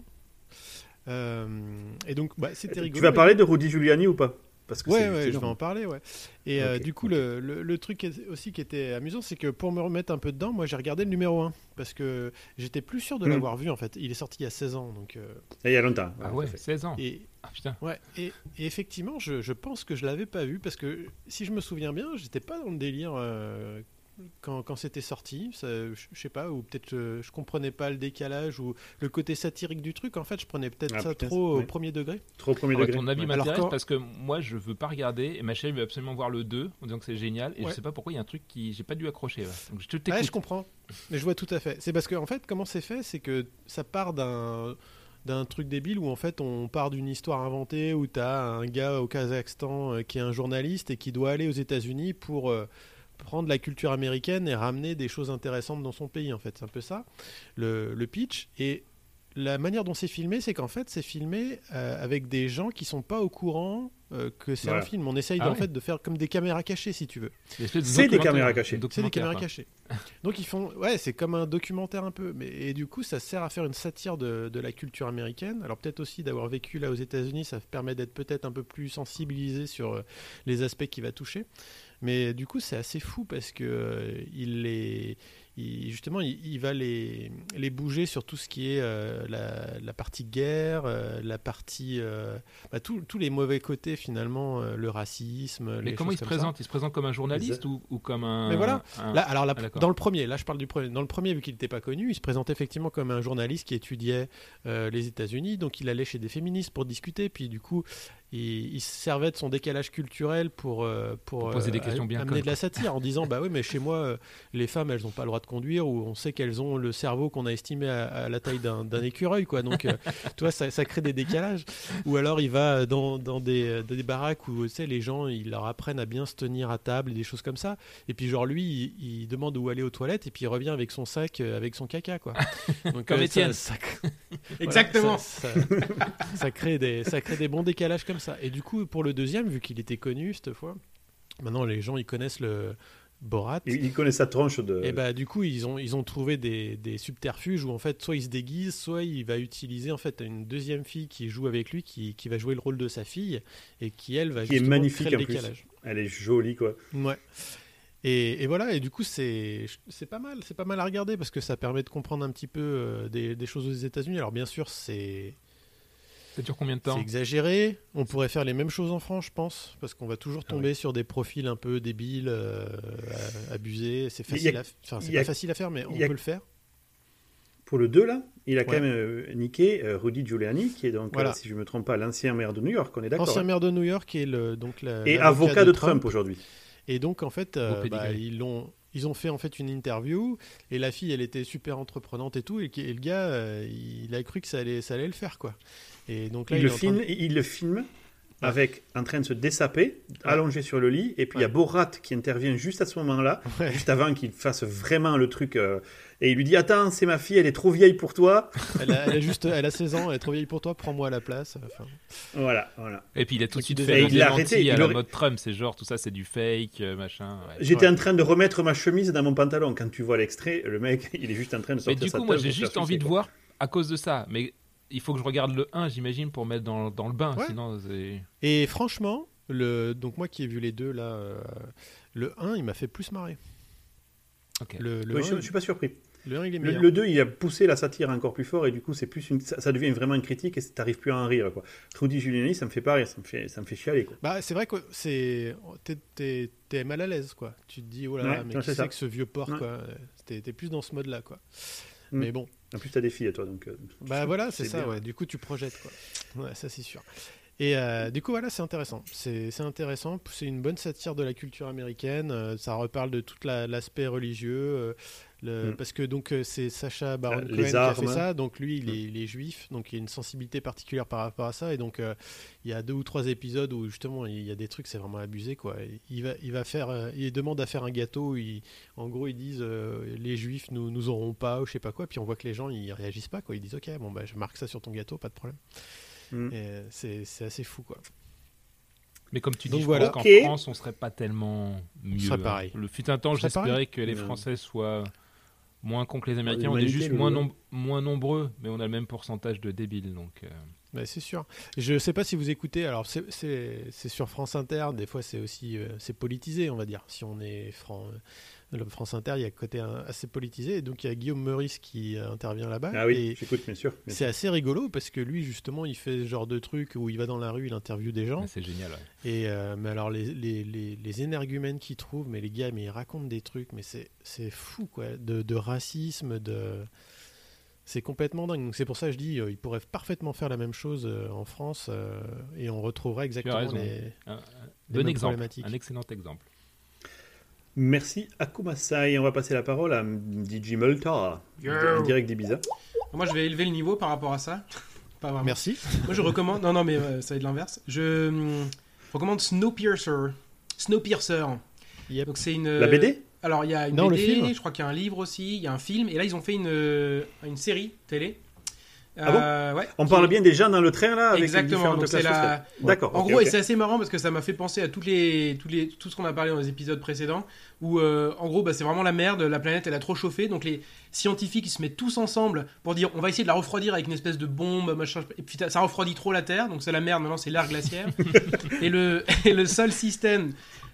Et donc c'était rigolo. Tu vas parler de Rudy Giuliani ou pas? Parce que je vais en parler, ouais. Et du coup, le truc aussi qui était amusant, c'est que pour me remettre un peu dedans, moi j'ai regardé le numéro 1, parce que j'étais plus sûr de l'avoir vu en fait. Il est sorti il y a 16 ans, donc. Il y a longtemps. Ah ouais, 16 ans. Ah putain. Ouais. Et effectivement, je pense que je l'avais pas vu, parce que si je me souviens bien, j'étais pas dans le délire quand c'était sorti. Je sais pas, ou peut-être je comprenais pas le décalage ou le côté satirique du truc. En fait, je prenais peut-être ça trop au premier degré. Trop au premier degré. Ton avis m'intéresse parce que moi, je veux pas regarder et ma chérie veut absolument voir le 2 en disant que c'est génial et je sais pas pourquoi il y a un truc qui j'ai pas dû accrocher. Donc je t'écoute. Ouais, je comprends. Mais je vois tout à fait. C'est parce que en fait, comment c'est fait, c'est que ça part d'un truc débile où en fait on part d'une histoire inventée où tu as un gars au Kazakhstan qui est un journaliste et qui doit aller aux États-Unis pour prendre la culture américaine et ramener des choses intéressantes dans son pays. En fait, c'est un peu ça le pitch. Et la manière dont c'est filmé, c'est qu'en fait c'est filmé avec des gens qui sont pas au courant que c'est un film. On essaye en fait de faire comme des caméras cachées, si tu veux. C'est des caméras cachées. C'est des caméras cachées. Donc ils font, c'est comme un documentaire un peu. Et du coup, ça sert à faire une satire de la culture américaine. Alors peut-être aussi d'avoir vécu là aux États-Unis, ça permet d'être peut-être un peu plus sensibilisé sur les aspects qu'il va toucher. Mais du coup, c'est assez fou parce que justement, il va les bouger sur tout ce qui est la partie guerre, la partie tous les mauvais côtés finalement, le racisme. Mais comment il se présente ? Il se présente comme un journaliste ou comme un. Mais voilà. Dans le premier, là je parle du premier. Dans le premier, vu qu'il n'était pas connu, il se présente effectivement comme un journaliste qui étudiait les États-Unis. Donc il allait chez des féministes pour discuter. Puis du coup, il se servait de son décalage culturel pour poser des questions bien amener de la satire en disant bah oui, mais chez moi les femmes elles n'ont pas le droit de conduire, ou on sait qu'elles ont le cerveau qu'on a estimé à la taille d'un écureuil, quoi. Donc tu vois, ça crée des décalages. Ou alors il va dans des baraques où tu sais, les gens ils leur apprennent à bien se tenir à table et des choses comme ça, et puis genre lui il demande où aller aux toilettes et puis il revient avec son sac avec son caca, quoi. Donc, comme Étienne. Exactement. Ça crée des bons décalages comme ça. Et du coup, pour le deuxième, vu qu'il était connu cette fois, maintenant les gens ils connaissent le Borat. Ils connaissent sa tronche de. Et bah du coup ils ont trouvé des subterfuges où en fait soit il se déguise, soit il va utiliser en fait une deuxième fille qui joue avec lui, qui va jouer le rôle de sa fille et qui elle va justement est magnifique créer le en plus. décalage. Elle est jolie, quoi. Ouais. Et voilà, et du coup c'est pas mal à regarder parce que ça permet de comprendre un petit peu des choses aux États-Unis. Alors bien sûr ça dure combien de temps ? C'est exagéré. On pourrait faire les mêmes choses en France, je pense, parce qu'on va toujours tomber sur des profils un peu débiles, abusés. C'est facile pas facile à faire, mais on peut le faire. Pour le 2, là, il a quand même niqué Rudy Giuliani, qui est donc, si je ne me trompe pas, l'ancien maire de New York, on est d'accord. L'ancien maire de New York et avocat de Trump aujourd'hui. Et donc, en fait, ils ont fait en fait une interview et la fille, elle était super entreprenante et tout, et le gars, il a cru que ça allait le faire, quoi. Et donc là, il le filme avec en train de se dessaper, allongé sur le lit, et puis il y a Borat qui intervient juste à ce moment-là, juste avant qu'il fasse vraiment le truc, et il lui dit attends, c'est ma fille, elle est trop vieille pour toi. Elle a 16 ans, elle est trop vieille pour toi, prends-moi à la place. Enfin... Voilà. Et puis il a tout de suite fait il a arrêté à la mode Trump, c'est genre tout ça c'est du fake, machin. Ouais. J'étais en train de remettre ma chemise dans mon pantalon quand tu vois l'extrait, le mec il est juste en train de sortir. Mais du coup moi j'ai juste envie de voir à cause de ça, mais il faut que je regarde le 1, j'imagine, pour mettre dans le bain, sinon c'est... Et franchement, donc moi qui ai vu les deux là, le 1 il m'a fait plus marrer. Okay. Je ne suis pas surpris. Le 1 il est meilleur. Le 2 il a poussé la satire encore plus fort et du coup c'est plus ça devient vraiment une critique et t'arrives plus à en rire, quoi. Rudy Giuliani ça me fait pas rire, ça me fait chialer, quoi. Bah c'est vrai que t'es mal à l'aise, quoi. Tu te dis oh là là, mais qui c'est que ce vieux porc, quoi. T'es plus dans ce mode là, quoi. Mais bon. En plus, t'as des filles à toi, donc. Bah voilà, c'est ça, ouais. Du coup, tu projettes, quoi. Ouais, ça c'est sûr. Et du coup, voilà, c'est intéressant. C'est intéressant. C'est une bonne satire de la culture américaine. Ça reparle de tout l'aspect religieux. Parce que donc c'est Sacha Baron Cohen qui a fait ça. Donc lui, il est juif. Donc il y a une sensibilité particulière par rapport à ça. Et donc il y a 2 ou 3 épisodes où justement il y a des trucs, c'est vraiment abusé, quoi. Il demande à faire un gâteau. En gros, ils disent les juifs nous auront pas ou je sais pas quoi. Puis on voit que les gens ils réagissent pas, quoi. Ils disent ok, bon bah je marque ça sur ton gâteau, pas de problème. Et c'est assez fou, quoi. Mais comme tu dis, je pense qu'en France, on serait pas tellement mieux. Ce serait pareil. Le fut un temps, j'espérais que les Français soient moins cons que les Américains. On est juste moins nombreux, mais on a le même pourcentage de débiles. Donc, bah, c'est sûr. Je sais pas si vous écoutez. Alors, c'est sur France Inter. Des fois, c'est aussi c'est politisé, on va dire, si on est franc. Le France Inter, il y a un côté assez politisé, et donc il y a Guillaume Meurice qui intervient là-bas. Ah oui, j'écoute, bien sûr. C'est assez rigolo parce que lui, justement, il fait ce genre de truc où il va dans la rue, il interviewe des gens. C'est génial. Ouais. Et mais alors les énergumènes qu'il trouve, mais les gars, mais ils racontent des trucs, mais c'est fou quoi, de racisme, c'est complètement dingue. Donc c'est pour ça que je dis, ils pourraient parfaitement faire la même chose en France et on retrouverait exactement les mêmes problématiques. Un excellent exemple. Merci Akumasai. On va passer la parole à DJ Multa, en direct d'Ibiza. Moi, je vais élever le niveau par rapport à ça. Pas vraiment. Merci. Moi, je recommande... Non, mais ça va être l'inverse. Je recommande Snowpiercer. Yep. Donc, c'est une... La BD ? Alors, il y a une Non, BD, le film. je crois qu'il y a un livre aussi, il y a un film, et là, ils ont fait une série télé. Ah bon ouais, On parle bien des gens dans le train, là, avec exactement, donc c'est la... D'accord. En okay, gros, okay. et c'est assez marrant parce que ça m'a fait penser à tout ce qu'on a parlé dans les épisodes précédents, où en gros, c'est vraiment la merde, la planète elle a trop chauffé, donc les scientifiques ils se mettent tous ensemble pour dire on va essayer de la refroidir avec une espèce de bombe, machin, et puis ça refroidit trop la Terre, donc c'est la merde, maintenant c'est l'ère glaciaire. et le seul système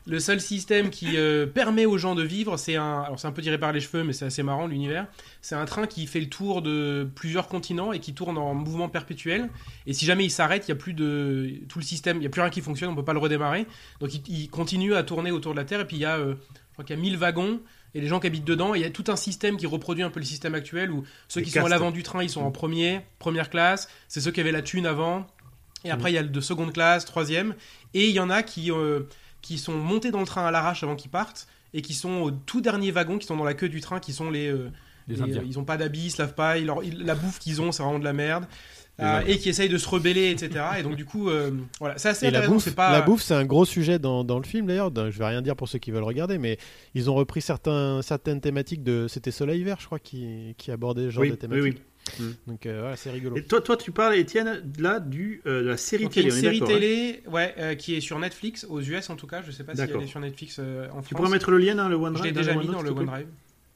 qui permet aux gens de vivre, alors c'est un peu tiré par les cheveux, mais c'est assez marrant l'univers. C'est un train qui fait le tour de plusieurs continents et qui tourne en mouvement perpétuel. Et si jamais il s'arrête, il y a plus tout le système, il y a plus rien qui fonctionne, on peut pas le redémarrer. Donc il continue à tourner autour de la Terre. Et puis je crois qu'il y a 1000 wagons et les gens qui habitent dedans. Et il y a tout un système qui reproduit un peu le système actuel où ceux qui sont à l'avant du train, ils sont en première classe. C'est ceux qui avaient la thune avant. Et après il y a le de seconde classe, troisième. Et il y en a qui sont montés dans le train à l'arrache avant qu'ils partent et qui sont au tout dernier wagon, qui sont dans la queue du train, qui sont les Indiens. Ils n'ont pas d'habits, ils se lavent pas, la bouffe qu'ils ont, c'est vraiment de la merde. Et qui essayent de se rebeller, etc. Et donc du coup, voilà, c'est assez intéressant. La bouffe, c'est un gros sujet dans le film d'ailleurs. Je vais rien dire pour ceux qui veulent regarder, mais ils ont repris certaines thématiques c'était Soleil Vert, je crois, qui abordait ce genre de thématiques. Oui. Donc voilà, c'est rigolo. Et toi, tu parles, Étienne, là de la série télé. Il y a une série télé, qui est sur Netflix aux US en tout cas. Je sais pas si elle est sur Netflix en France. Tu pourrais mettre le lien dans le OneDrive. Je l'ai déjà mis dans le OneDrive.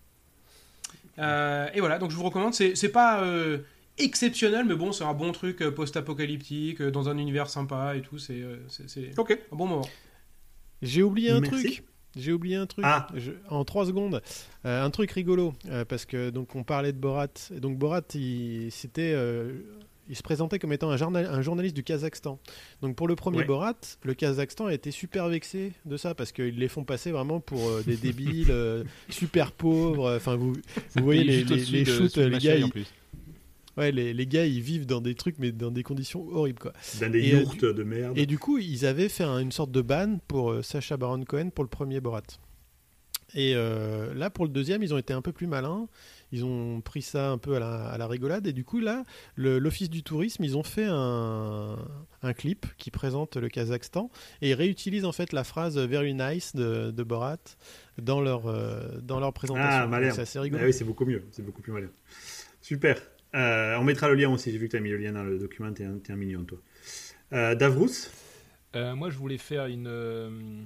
Et voilà, donc je vous recommande. C'est pas exceptionnel, mais bon, c'est un bon truc post-apocalyptique dans un univers sympa et tout. C'est un bon moment. J'ai oublié un truc. En 3 secondes. Un truc rigolo, parce que donc on parlait de Borat. Et donc Borat, il se présentait comme étant un journaliste du Kazakhstan. Donc pour le premier Borat, le Kazakhstan a été super vexé de ça, parce qu'ils les font passer vraiment pour des débiles, super pauvres. Enfin, vous voyez les shoots, les gars. Ouais, les gars, ils vivent dans des trucs, mais dans des conditions horribles, quoi. Dans des yourtes de merde. Et du coup, ils avaient fait une sorte de ban pour Sacha Baron Cohen pour le premier Borat. Et là, pour le deuxième, ils ont été un peu plus malins. Ils ont pris ça un peu à la rigolade. Et du coup, là, l'Office du tourisme, ils ont fait un clip qui présente le Kazakhstan. Et ils réutilisent en fait la phrase « Very nice » de Borat dans leur présentation. Ah, malin. C'est assez rigolo. Ah oui, c'est beaucoup mieux. C'est beaucoup plus malin. Super. On mettra le lien aussi. J'ai vu que tu as mis le lien dans le document. T'es un mignon, toi. Davrous. Moi, je voulais faire une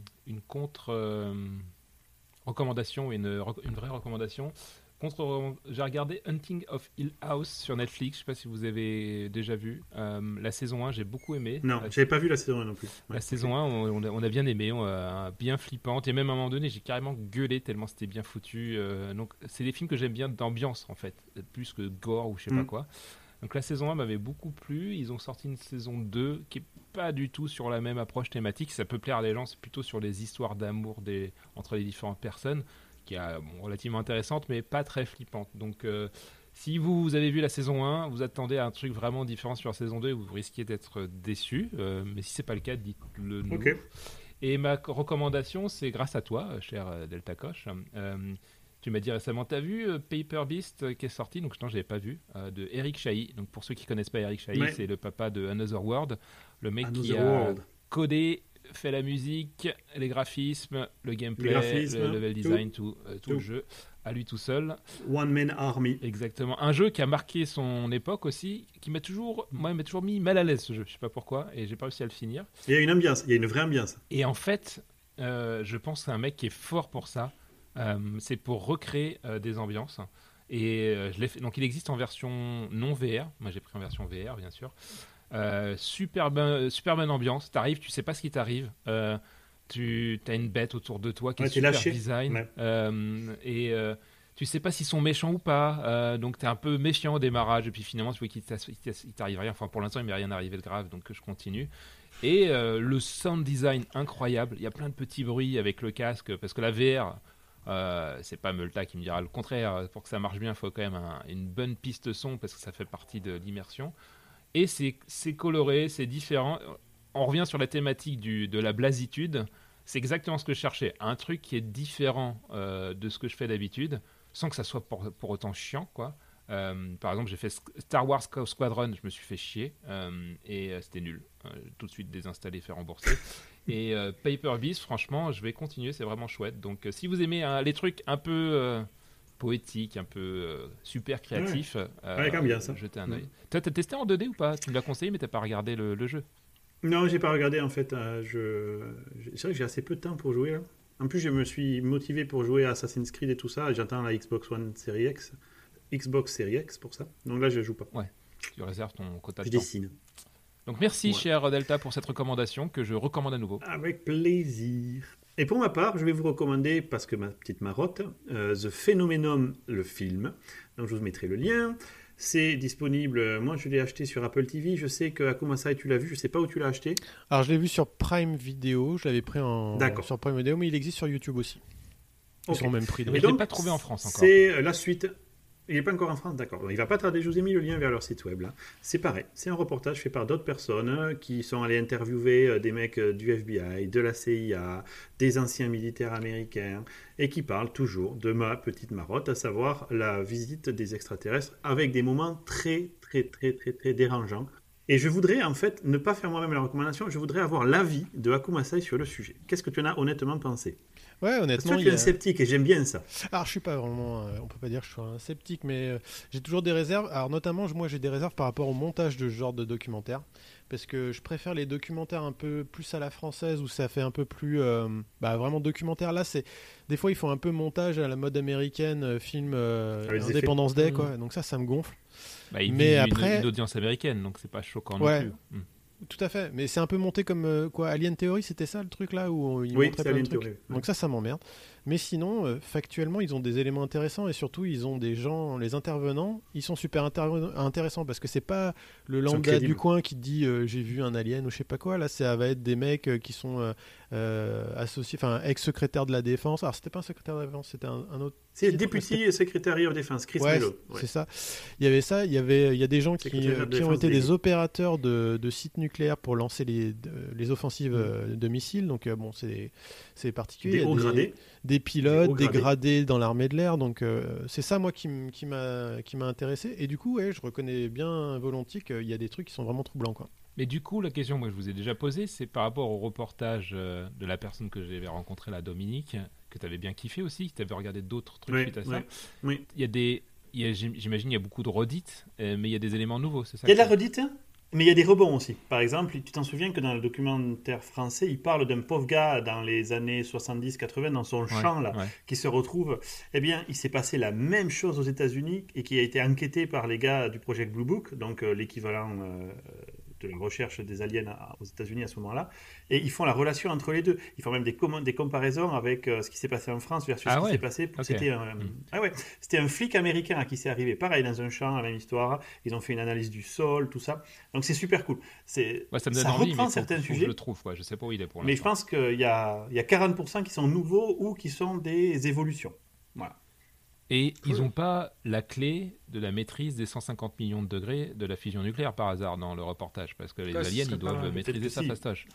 contre-recommandation, une vraie recommandation. J'ai regardé Hunting of Hill House sur Netflix. Je ne sais pas si vous avez déjà vu. La saison 1, j'ai beaucoup aimé. Non, je n'avais pas vu la saison 1 non plus. La saison 1, on a bien aimé, bien flippante. Et même à un moment donné, j'ai carrément gueulé tellement c'était bien foutu. Donc, c'est des films que j'aime bien d'ambiance, en fait, plus que gore ou je sais pas quoi. Donc, la saison 1 m'avait beaucoup plu. Ils ont sorti une saison 2 qui n'est pas du tout sur la même approche thématique. Ça peut plaire à des gens, c'est plutôt sur les histoires d'amour entre les différentes personnes, qui est relativement intéressante, mais pas très flippante. Donc, si vous avez vu la saison 1, vous attendez à un truc vraiment différent sur la saison 2, vous risquez d'être déçu. Mais si ce n'est pas le cas, dites-le nous. Okay. Et ma recommandation, c'est grâce à toi, cher Delta Koch. Tu m'as dit récemment, tu as vu Paper Beast qui est sorti, donc je ne l'avais pas vu, de Eric Chahi. Donc pour ceux qui ne connaissent pas Eric Chahi, c'est le papa de Another World, le mec qui a codé, fait la musique, les graphismes, le gameplay, le level design, tout le jeu, à lui tout seul. One Man Army. Exactement. Un jeu qui a marqué son époque aussi, qui m'a toujours mis mal à l'aise, ce jeu. Je sais pas pourquoi, et j'ai pas réussi à le finir. Il y a une ambiance, il y a une vraie ambiance. Et en fait, je pense que c'est un mec qui est fort pour ça. C'est pour recréer des ambiances. Et je l'ai fait. Donc il existe en version non VR. Moi j'ai pris en version VR, bien sûr. Super bonne ambiance. T'arrives, tu sais pas ce qui t'arrive. tu as une bête autour de toi qui est super design. Ouais. Tu sais pas s'ils sont méchants ou pas, donc tu es un peu méfiant au démarrage, et puis finalement tu vois qu'il t'arrive rien. Enfin, pour l'instant, il m'est rien arrivé de grave, donc je continue. Et le sound design incroyable, il y a plein de petits bruits avec le casque, parce que la VR, c'est pas Multa qui me dira le contraire, pour que ça marche bien, il faut quand même une bonne piste son, parce que ça fait partie de l'immersion. Et c'est coloré, c'est différent. On revient sur la thématique de la blasitude. C'est exactement ce que je cherchais, un truc qui est différent de ce que je fais d'habitude, sans que ça soit pour autant chiant, quoi. Par exemple, j'ai fait Star Wars Squadron, je me suis fait chier, et c'était nul. Tout de suite désinstallé, fait rembourser. Et Paper Beast, franchement, je vais continuer, c'est vraiment chouette. Donc, si vous aimez les trucs un peu poétiques, un peu super créatifs, jetez un œil. Toi, t'as testé en 2D ou pas ? Tu me l'as conseillé, mais t'as pas regardé le jeu. Non, j'ai pas regardé en fait. C'est vrai que j'ai assez peu de temps pour jouer là. En plus, je me suis motivé pour jouer à Assassin's Creed et tout ça. J'attends la Xbox Series X pour ça. Donc là, je joue pas. Ouais, tu réserves ton quota de temps. Je dessine. Donc merci, cher Delta, pour cette recommandation que je recommande à nouveau. Avec plaisir. Et pour ma part, je vais vous recommander, parce que ma petite marotte, The Phenomenon, le film. Donc je vous mettrai le lien. C'est disponible, moi je l'ai acheté sur Apple TV, je sais que Akumasai tu l'as vu, je sais pas où tu l'as acheté. Alors je l'ai vu sur Prime Video, je l'avais pris sur Prime Video, mais il existe sur YouTube aussi. Ils sont même pris. Mais je ne l'ai pas trouvé en France encore. C'est la suite. Il n'est pas encore en France, d'accord. Il ne va pas tarder, je vous ai mis le lien vers leur site web. Là. C'est pareil, c'est un reportage fait par d'autres personnes qui sont allées interviewer des mecs du FBI, de la CIA, des anciens militaires américains, et qui parlent toujours de ma petite marotte, à savoir la visite des extraterrestres, avec des moments très, très, très, très, très dérangeants. Et je voudrais en fait ne pas faire moi-même la recommandation, je voudrais avoir l'avis de Akumasai sur le sujet. Qu'est-ce que tu en as honnêtement pensé ? Ouais, honnêtement. Parce que tu es un sceptique et j'aime bien ça. Alors, je suis pas vraiment. On peut pas dire que je suis un sceptique, mais j'ai toujours des réserves. Alors, notamment, moi, j'ai des réserves par rapport au montage de ce genre de documentaire. Parce que je préfère les documentaires un peu plus à la française, où ça fait un peu plus. Vraiment documentaire. Là, c'est. Des fois, ils font un peu montage à la mode américaine, film Independence Day, quoi. Donc, ça me gonfle. Mais après. Une audience américaine, donc c'est pas choquant non plus. Tout à fait, mais c'est un peu monté comme Alien Theory, c'était ça le truc là où ils montraient plein de trucs. Theory. Donc ça m'emmerde. Mais sinon, factuellement, ils ont des éléments intéressants et surtout, ils ont des gens, les intervenants, ils sont super intéressants parce que c'est pas le lambda du coin qui te dit j'ai vu un alien ou je sais pas quoi. Là, ça va être des mecs qui sont associés, enfin ex-secrétaire de la défense. Alors c'était pas un secrétaire de la défense, c'était un autre. C'est le Deputy Secretary of Defense, Chris Mello. C'est ça. Il y avait ça. Il y a des gens qui ont été des opérateurs de sites nucléaires pour lancer les offensives de missiles. Donc c'est particulier. Des hauts gradés. Des pilotes, des gradés dans l'armée de l'air. Donc c'est ça moi qui m'a intéressé. Et du coup, je reconnais bien volontiers qu'il y a des trucs qui sont vraiment troublants, quoi. Mais du coup, la question que je vous ai déjà posée, c'est par rapport au reportage de la personne que j'avais rencontrée, la Dominique, que tu avais bien kiffé aussi, que tu avais regardé d'autres trucs suite à ça. Oui. J'imagine il y a beaucoup de redites, mais il y a des éléments nouveaux, c'est ça? Il y a de la redite, mais il y a des rebonds aussi. Par exemple, tu t'en souviens que dans le documentaire français, il parle d'un pauvre gars dans les années 70-80, dans son champ, là, qui se retrouve... Eh bien, il s'est passé la même chose aux États-Unis et qui a été enquêté par les gars du Project Blue Book, donc l'équivalent... de la recherche des aliens aux États-Unis à ce moment-là, et ils font la relation entre les deux. Ils font même des comparaisons avec ce qui s'est passé en France versus ce qui s'est passé. Okay. C'était un flic américain à qui c'est arrivé. Pareil, dans un champ, la même histoire. Ils ont fait une analyse du sol, tout ça. Donc c'est super cool. Ça me donne envie, mais certains sujets. Je le trouve, je sais pas où il est pour l'instant. Mais je pense qu'il y a 40% qui sont nouveaux ou qui sont des évolutions. Voilà. Et ils n'ont pas la clé de la maîtrise des 150 millions de degrés de la fusion nucléaire par hasard dans le reportage, parce que les aliens, ils doivent maîtriser ça fastoche.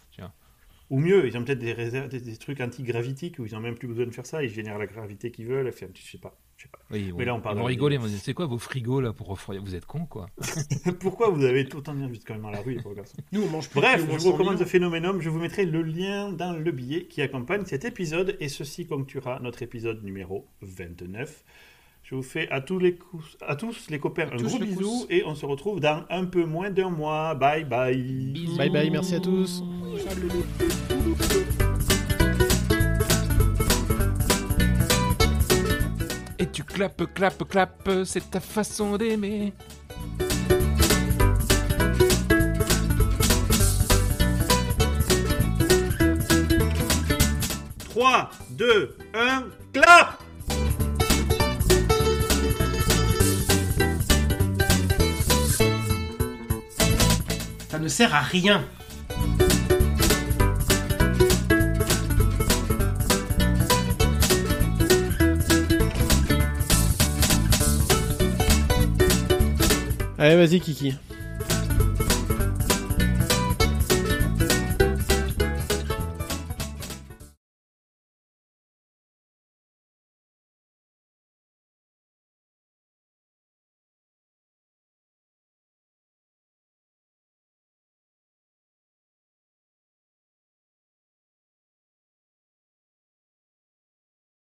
Ou mieux, ils ont peut-être des trucs anti-gravitiques où ils n'ont même plus besoin de faire ça, ils génèrent la gravité qu'ils veulent, je sais pas. Oui, mais là, on parle. Ils vont rigoler, c'est quoi vos frigos là pour refroidir? Vous êtes cons, quoi. Pourquoi vous avez tout le temps de quand même dans la rue, les pauvres garçons? Nous, on mange plus. Bref, je vous recommande The Phenomenon, je vous mettrai le lien dans le billet qui accompagne cet épisode, et ceci conclura notre épisode numéro 29. Je vous fais à tous les copains un gros bisou et on se retrouve dans un peu moins d'un mois. Bye bye. Bisous. Bye bye, merci à tous. Et tu clapes, c'est ta façon d'aimer. 3, 2, 1, clap! Ça ne sert à rien. Allez, vas-y, Kiki.